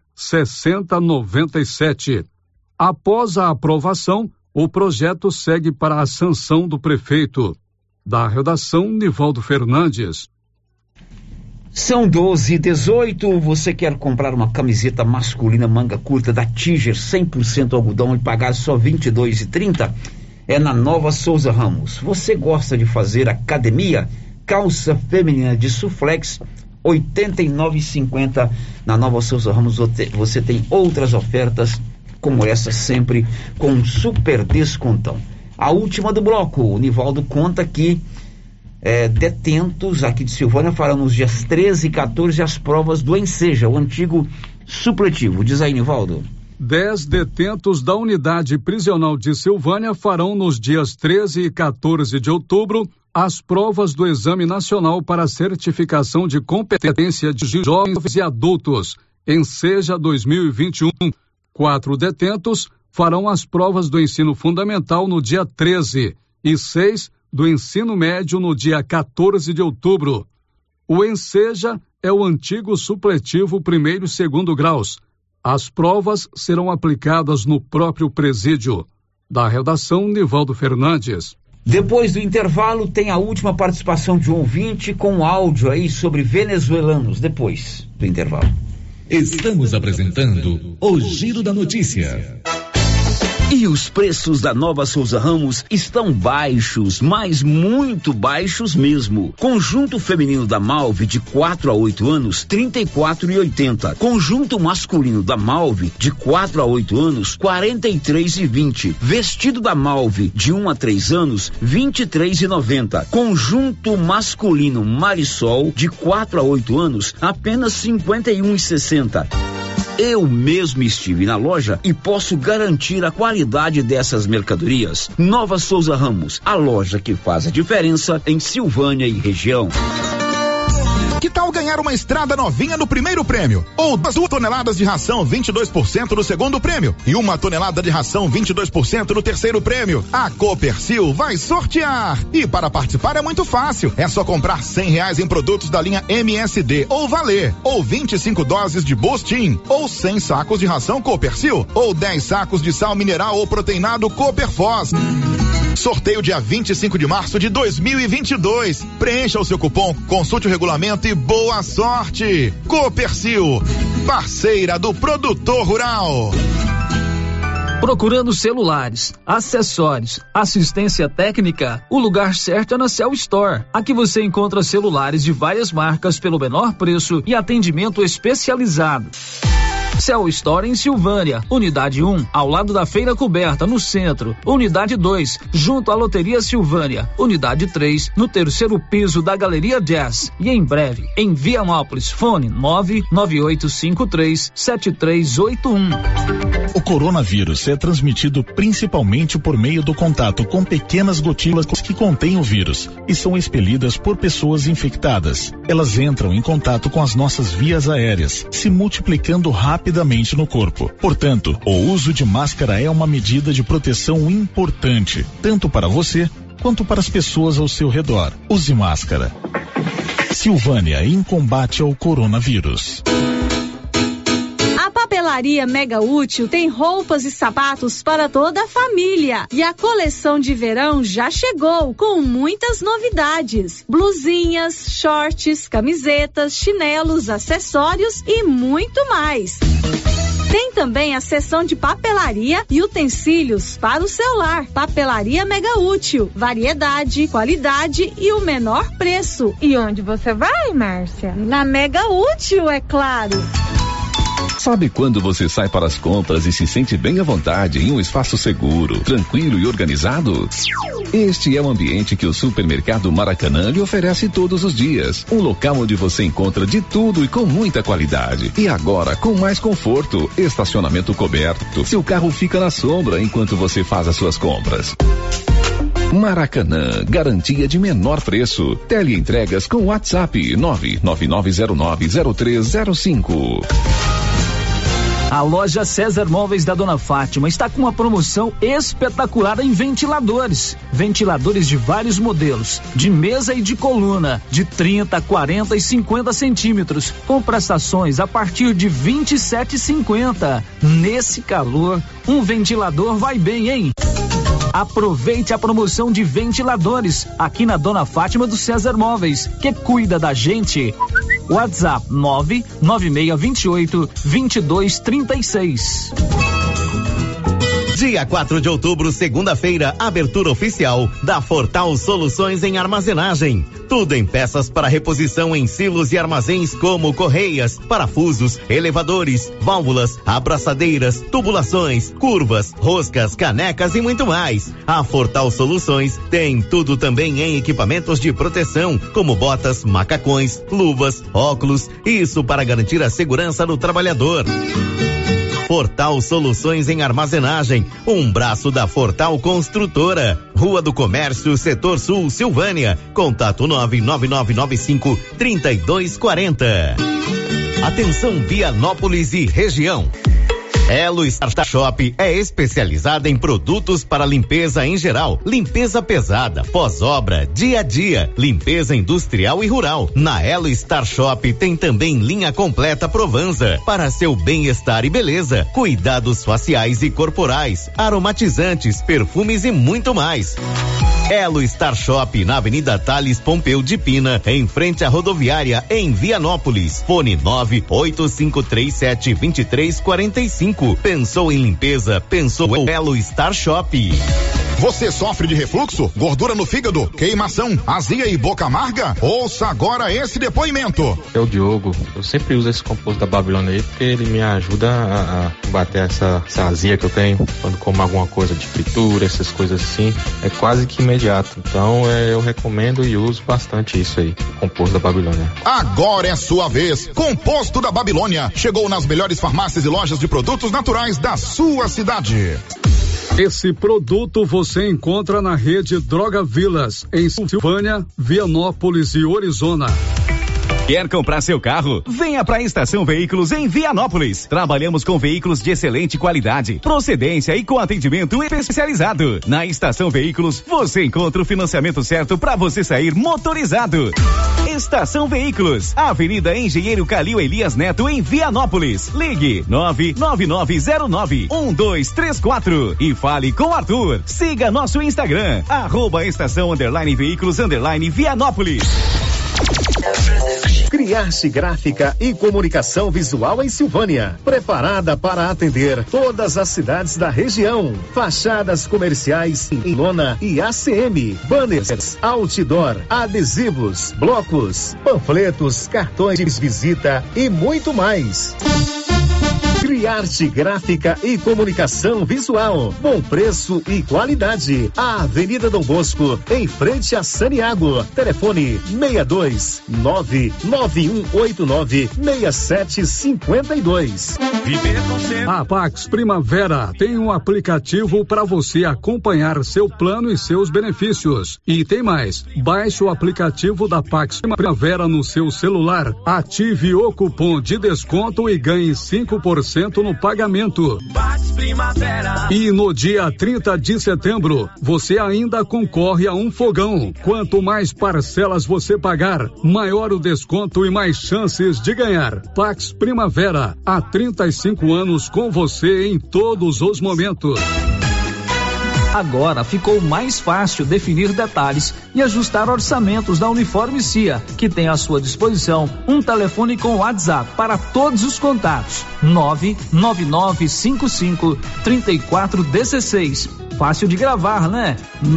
6097. Após a aprovação, o projeto segue para a sanção do prefeito. Da redação, Nivaldo Fernandes. São 12h18. Você quer comprar uma camiseta masculina manga curta da Tiger 100% algodão e pagar só R$ 22,30? É na Nova Souza Ramos. Você gosta de fazer academia? Calça feminina de Suflex R$ 89,50. Na Nova Souza Ramos você tem outras ofertas como essa, sempre com um super descontão. A última do bloco, o Nivaldo conta que detentos aqui de Silvânia farão nos dias 13 e 14 as provas do Enseja, o antigo supletivo. Diz aí, Nivaldo. 10 detentos da unidade prisional de Silvânia farão nos dias 13 e 14 de outubro as provas do Exame Nacional para Certificação de Competência de Jovens e Adultos, Enseja 2021. 4 detentos farão as provas do ensino fundamental no dia 13 e 6 do ensino médio no dia 14 de outubro. O Enseja é o antigo supletivo 1º e 2º graus. As provas serão aplicadas no próprio presídio. Da redação, Nivaldo Fernandes. Depois do intervalo, tem a última participação de um ouvinte com áudio aí sobre venezuelanos. Depois do intervalo. Estamos apresentando o Giro da Notícia. E os preços da Nova Souza Ramos estão baixos, mas muito baixos mesmo. Conjunto feminino da Malve de 4 a 8 anos, R$ 34,80. Conjunto masculino da Malve de 4 a 8 anos, R$ 43,20. Vestido da Malve de 1 a 3 anos, R$ 23,90. Conjunto masculino Marisol de 4 a 8 anos, apenas R$ 51,60. Eu mesmo estive na loja e posso garantir a qualidade dessas mercadorias. Nova Souza Ramos, a loja que faz a diferença em Silvânia e região. Que tal ganhar uma estrada novinha no primeiro prêmio? Ou 2 toneladas de ração 22% no segundo prêmio e 1 tonelada de ração 22% no terceiro prêmio? A Copercil vai sortear. E para participar é muito fácil. É só comprar R$100 em produtos da linha MSD ou Valer, ou 25 doses de Bostin, ou 100 sacos de ração Copercil, ou 10 sacos de sal mineral ou proteinado Coperfos. Sorteio dia 25 de março de 2022. Preencha o seu cupom, consulte o regulamento e boa sorte. Copercil, parceira do produtor rural. Procurando celulares, acessórios, assistência técnica, o lugar certo é na Cell Store. Aqui você encontra celulares de várias marcas pelo menor preço e atendimento especializado. Cell Store em Silvânia, unidade 1, ao lado da Feira Coberta, no centro. Unidade 2, junto à Loteria Silvânia. Unidade 3, no terceiro piso da Galeria Jazz. E em breve, em Vianópolis, fone 998537381. O coronavírus é transmitido principalmente por meio do contato com pequenas gotículas que contêm o vírus e são expelidas por pessoas infectadas. Elas entram em contato com as nossas vias aéreas, se multiplicando rapidamente no corpo. Portanto, o uso de máscara é uma medida de proteção importante, tanto para você quanto para as pessoas ao seu redor. Use máscara. Silvânia em combate ao coronavírus. A Papelaria Mega Útil tem roupas e sapatos para toda a família. E a coleção de verão já chegou com muitas novidades. Blusinhas, shorts, camisetas, chinelos, acessórios e muito mais. Tem também a seção de papelaria e utensílios para o celular. Papelaria Mega Útil. Variedade, qualidade e o menor preço. E onde você vai, Márcia? Na Mega Útil, é claro. Sabe quando você sai para as compras e se sente bem à vontade em um espaço seguro, tranquilo e organizado? Este é o ambiente que o Supermercado Maracanã lhe oferece todos os dias. Um local onde você encontra de tudo e com muita qualidade. E agora com mais conforto, estacionamento coberto. Seu carro fica na sombra enquanto você faz as suas compras. Maracanã, garantia de menor preço. Teleentregas com WhatsApp 999090305. A loja César Móveis da Dona Fátima está com uma promoção espetacular em ventiladores. Ventiladores de vários modelos, de mesa e de coluna, de 30, 40 e 50 centímetros, com prestações a partir de R$ 27,50. Nesse calor, um ventilador vai bem, hein? Aproveite a promoção de ventiladores aqui na Dona Fátima do César Móveis, que cuida da gente. WhatsApp 99628-2236. Dia 4 de outubro, segunda-feira, abertura oficial da Fortal Soluções em Armazenagem. Tudo em peças para reposição em silos e armazéns como correias, parafusos, elevadores, válvulas, abraçadeiras, tubulações, curvas, roscas, canecas e muito mais. A Fortal Soluções tem tudo também em equipamentos de proteção, como botas, macacões, luvas, óculos, isso para garantir a segurança do trabalhador. Fortal Soluções em Armazenagem, um braço da Fortal Construtora. Rua do Comércio, Setor Sul, Silvânia. Contato 99995-3240. Atenção Vianópolis e região. Elo Star Shop é especializada em produtos para limpeza em geral, limpeza pesada, pós-obra, dia a dia, limpeza industrial e rural. Na Elo Star Shop tem também linha completa Provanza para seu bem-estar e beleza, cuidados faciais e corporais, aromatizantes, perfumes e muito mais. Elo Star Shop na Avenida Thales Pompeu de Pina, em frente à rodoviária em Vianópolis. Fone 98537-2345. Pensou em limpeza? Pensou em Elo Star Shop. Você sofre de refluxo, gordura no fígado, queimação, azia e boca amarga? Ouça agora esse depoimento. É o Diogo. Eu sempre uso esse composto da Babilônia aí porque ele me ajuda a combater essa azia que eu tenho quando como alguma coisa de fritura, essas coisas assim. É quase que imediato. Então eu recomendo e uso bastante isso aí, o composto da Babilônia. Agora é sua vez. Composto da Babilônia chegou nas melhores farmácias e lojas de produtos naturais da sua cidade. Esse produto você encontra na rede Droga Vilas, em Silvânia, Vianópolis e Orizona. Quer comprar seu carro? Venha para a Estação Veículos em Vianópolis. Trabalhamos com veículos de excelente qualidade, procedência e com atendimento especializado. Na Estação Veículos, você encontra o financiamento certo para você sair motorizado. Estação Veículos, Avenida Engenheiro Calil Elias Neto, em Vianópolis. Ligue 99909-1234 e fale com Arthur. Siga nosso Instagram, @estação_veículos_Vianópolis. Criarte Gráfica e Comunicação Visual em Silvânia, preparada para atender todas as cidades da região. Fachadas comerciais em lona e ACM, banners, outdoor, adesivos, blocos, panfletos, cartões de visita e muito mais. Criarte Gráfica e Comunicação Visual, bom preço e qualidade. A Avenida Dom Bosco, em frente a Saniago. Telefone 62-99189-6752. A Pax Primavera tem um aplicativo para você acompanhar seu plano e seus benefícios. E tem mais, baixe o aplicativo da Pax Primavera no seu celular, ative o cupom de desconto e ganhe 5% no pagamento. E no dia 30 de setembro, você ainda concorre a um fogão. Quanto mais parcelas você pagar, maior o desconto e mais chances de ganhar. Pax Primavera, há 35 anos com você em todos os momentos. Agora ficou mais fácil definir detalhes e ajustar orçamentos da Uniforme CIA, que tem à sua disposição um telefone com WhatsApp para todos os contatos: 99955-3416. Fácil de gravar, né?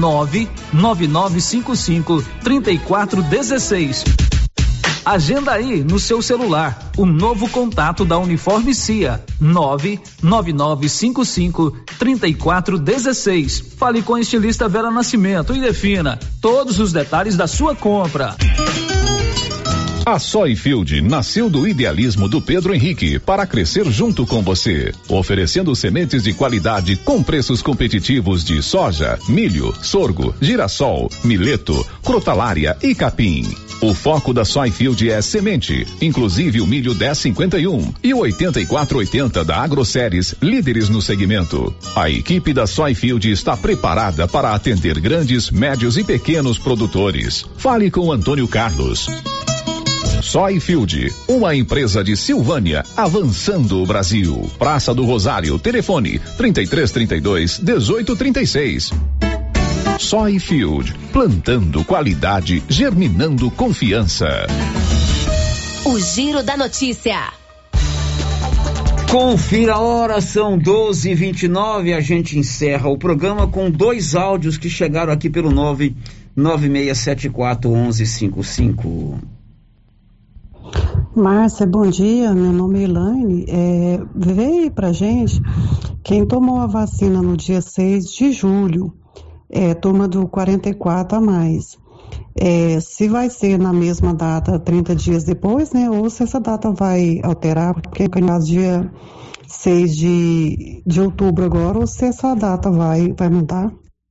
99955-3416. Agenda aí no seu celular o novo contato da Uniforme CIA, 99955-3416. Fale com a estilista Vera Nascimento e defina todos os detalhes da sua compra. A Soyfield nasceu do idealismo do Pedro Henrique para crescer junto com você, oferecendo sementes de qualidade com preços competitivos de soja, milho, sorgo, girassol, mileto, crotalária e capim. O foco da Soyfield é semente, inclusive o milho 1051 e o 8480 da AgroSéries, líderes no segmento. A equipe da Soyfield está preparada para atender grandes, médios e pequenos produtores. Fale com Antônio Carlos. Soyfield, uma empresa de Silvânia, avançando o Brasil. Praça do Rosário, telefone 3332-1836. Soyfield, plantando qualidade, germinando confiança. O Giro da Notícia. Confira a hora, são 12h29. A gente encerra o programa com 2 áudios que chegaram aqui pelo 996741155. Márcia, bom dia. Meu nome é Elaine. Veio pra gente quem tomou a vacina no dia 6 de julho, turma do 44 a mais. Se vai ser na mesma data, 30 dias depois, né? Ou se essa data vai alterar, porque no caso dia 6 de outubro agora, ou se essa data vai mudar.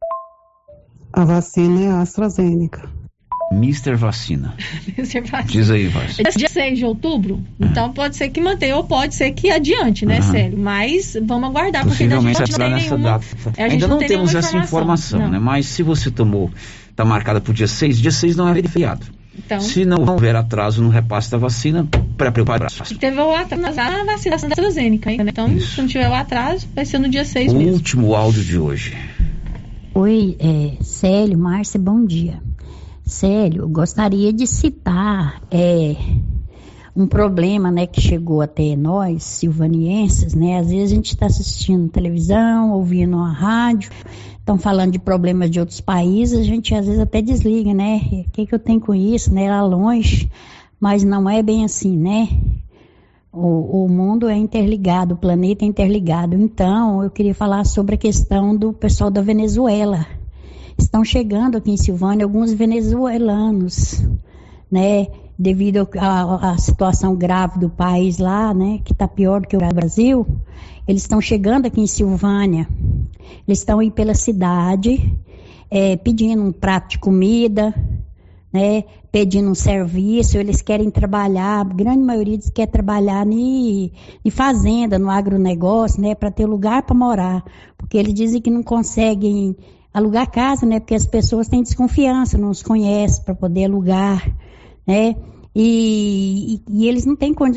A vacina é a AstraZeneca. Mr. Vacina. Diz aí, Vaz. Dia 6 de outubro, então pode ser que mantenha ou pode ser que adiante, né, Célio? Mas vamos aguardar, porque ainda não tem nessa data. Ainda não temos essa informação, né? Mas se você tomou, está marcada para o dia 6 não é feriado. Então, se não houver atraso no repasse da vacina, prepare-se. Teve o atraso na vacinação da AstraZeneca, né? Então, se não tiver o atraso, vai ser no dia 6 mesmo. O último áudio de hoje. Oi, Célio, Márcia, bom dia. Célio, gostaria de citar um problema, né, que chegou até nós, silvanienses, né? Às vezes a gente está assistindo televisão, ouvindo a rádio, estão falando de problemas de outros países, a gente às vezes até desliga, né? O que eu tenho com isso, né? Lá longe, mas não é bem assim, né? O mundo é interligado, o planeta é interligado. Então, eu queria falar sobre a questão do pessoal da Venezuela. Estão chegando aqui em Silvânia alguns venezuelanos, né? Devido à situação grave do país lá, né? Que está pior do que o Brasil. Eles estão chegando aqui em Silvânia. Eles estão aí pela cidade, pedindo um prato de comida, né? Pedindo um serviço. Eles querem trabalhar, a grande maioria diz que quer trabalhar em fazenda, no agronegócio, né? Para ter lugar para morar. Porque eles dizem que não conseguem alugar casa, né? Porque as pessoas têm desconfiança, não os conhecem para poder alugar, né? E eles não têm condições